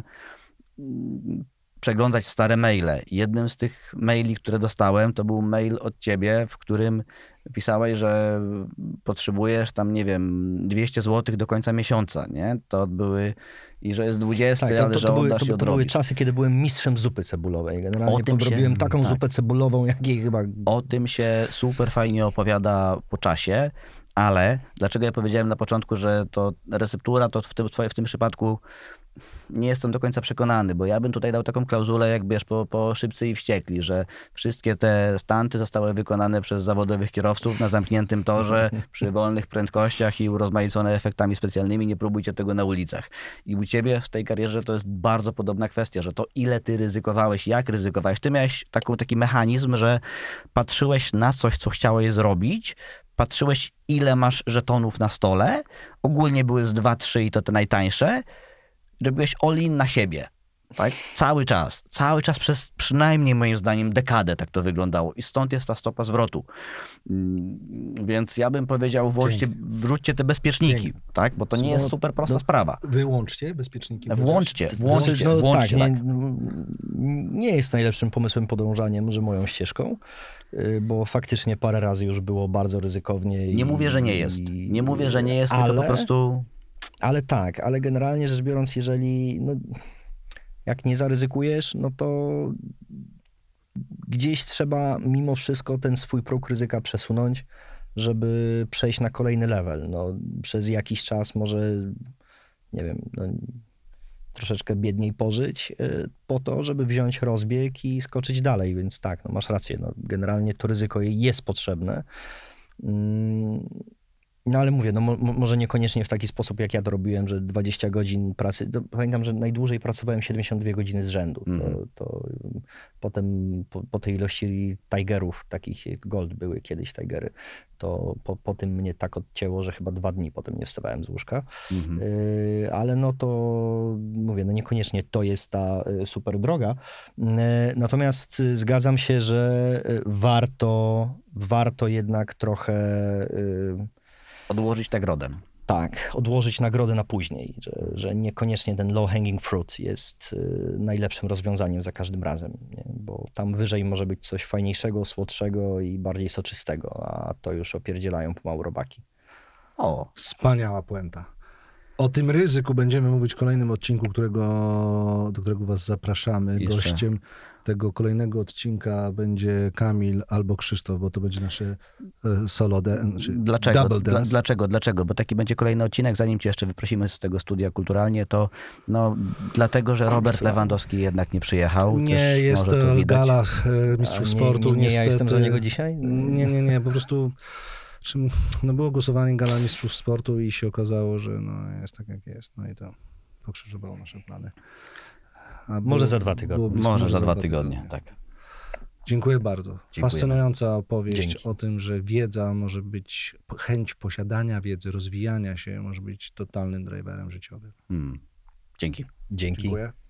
[SPEAKER 1] przeglądać stare maile. Jednym z tych maili, które dostałem, to był mail od ciebie, w którym pisałeś, że potrzebujesz tam, nie wiem, 200 zł do końca miesiąca, nie? To były, i że jest 20,
[SPEAKER 4] Tak,
[SPEAKER 1] ale że oddasz i
[SPEAKER 4] to były
[SPEAKER 1] odrobisz.
[SPEAKER 4] czasy, kiedy byłem mistrzem zupy cebulowej. Generalnie
[SPEAKER 1] tym się-
[SPEAKER 4] podrobiłem taką
[SPEAKER 1] tak.
[SPEAKER 4] zupę cebulową, jakiej chyba...
[SPEAKER 1] O tym się super fajnie opowiada po czasie, ale dlaczego ja powiedziałem na początku, że to receptura to w tym przypadku nie jestem do końca przekonany, bo ja bym tutaj dał taką klauzulę, jak wiesz, po Szybcy i Wściekli, że wszystkie te stanty zostały wykonane przez zawodowych kierowców na zamkniętym torze, przy wolnych prędkościach i urozmaicone efektami specjalnymi. Nie próbujcie tego na ulicach. I u ciebie w tej karierze to jest bardzo podobna kwestia, że to ile ty ryzykowałeś, jak ryzykowałeś. Ty miałeś taki mechanizm, że patrzyłeś na coś, co chciałeś zrobić, patrzyłeś, ile masz żetonów na stole, ogólnie były z 2-3 i to te najtańsze, robiłeś all-in na siebie, tak? Cały czas przez przynajmniej moim zdaniem dekadę tak to wyglądało i stąd jest ta stopa zwrotu. Więc ja bym powiedział, wrzućcie te bezpieczniki, tak? Bo to nie jest super prosta sprawa.
[SPEAKER 3] Wyłączcie bezpieczniki.
[SPEAKER 1] Włączcie,
[SPEAKER 4] Tak,
[SPEAKER 1] tak.
[SPEAKER 4] nie jest najlepszym pomysłem podążanie może moją ścieżką, bo faktycznie parę razy już było bardzo ryzykownie.
[SPEAKER 1] Nie mówię, że nie jest. Nie mówię, że nie jest, tylko po prostu...
[SPEAKER 4] Ale generalnie rzecz biorąc, jeżeli jak nie zaryzykujesz, no to gdzieś trzeba mimo wszystko ten swój próg ryzyka przesunąć, żeby przejść na kolejny level. No, przez jakiś czas może, nie wiem, troszeczkę biedniej pożyć po to, żeby wziąć rozbieg i skoczyć dalej. Więc tak, masz rację. Generalnie to ryzyko jest potrzebne. No ale mówię, może niekoniecznie w taki sposób, jak ja to robiłem, że 20 godzin pracy. Pamiętam, że najdłużej pracowałem 72 godziny z rzędu. To potem po tej ilości Tigerów, takich jak Gold były kiedyś Tigery, to po tym mnie tak odcięło, że chyba 2 dni potem nie wstawałem z łóżka. Ale to mówię, niekoniecznie to jest ta super droga. Natomiast zgadzam się, że warto jednak trochę...
[SPEAKER 1] Odłożyć nagrodę.
[SPEAKER 4] Tak, odłożyć nagrodę na później, że niekoniecznie ten low hanging fruit jest najlepszym rozwiązaniem za każdym razem, nie? Bo tam wyżej może być coś fajniejszego, słodszego i bardziej soczystego, a to już opierdzielają pomału robaki.
[SPEAKER 1] O,
[SPEAKER 3] Wspaniała puenta. O tym ryzyku będziemy mówić w kolejnym odcinku, do którego was zapraszamy.
[SPEAKER 1] Jeszcze.
[SPEAKER 3] Gościem tego kolejnego odcinka będzie Kamil albo Krzysztof, bo to będzie nasze solo dance. Double dance.
[SPEAKER 1] Dlaczego? Bo taki będzie kolejny odcinek, zanim cię jeszcze wyprosimy z tego studia kulturalnie, to dlatego, że Robert Lewandowski jednak nie przyjechał.
[SPEAKER 3] Nie,
[SPEAKER 1] Też
[SPEAKER 3] jest
[SPEAKER 1] może
[SPEAKER 3] to
[SPEAKER 1] widać.
[SPEAKER 3] gala mistrzów sportu.
[SPEAKER 4] Nie, ja
[SPEAKER 3] niestety.
[SPEAKER 4] jestem za niego dzisiaj?
[SPEAKER 3] Nie, po prostu było głosowanie gala mistrzów sportu i się okazało, że jest tak jak jest. No i to pokrzyżowało nasze plany.
[SPEAKER 4] Może za 2 tygodnie.
[SPEAKER 1] Może za 2 tygodnie, tak.
[SPEAKER 3] Dziękuję bardzo.
[SPEAKER 1] Dziękujemy.
[SPEAKER 3] Fascynująca opowieść
[SPEAKER 4] Dzięki.
[SPEAKER 3] o tym, że wiedza może być, chęć posiadania wiedzy, rozwijania się może być totalnym driverem życiowym.
[SPEAKER 1] Dzięki.
[SPEAKER 4] Dzięki.
[SPEAKER 3] Dziękuję.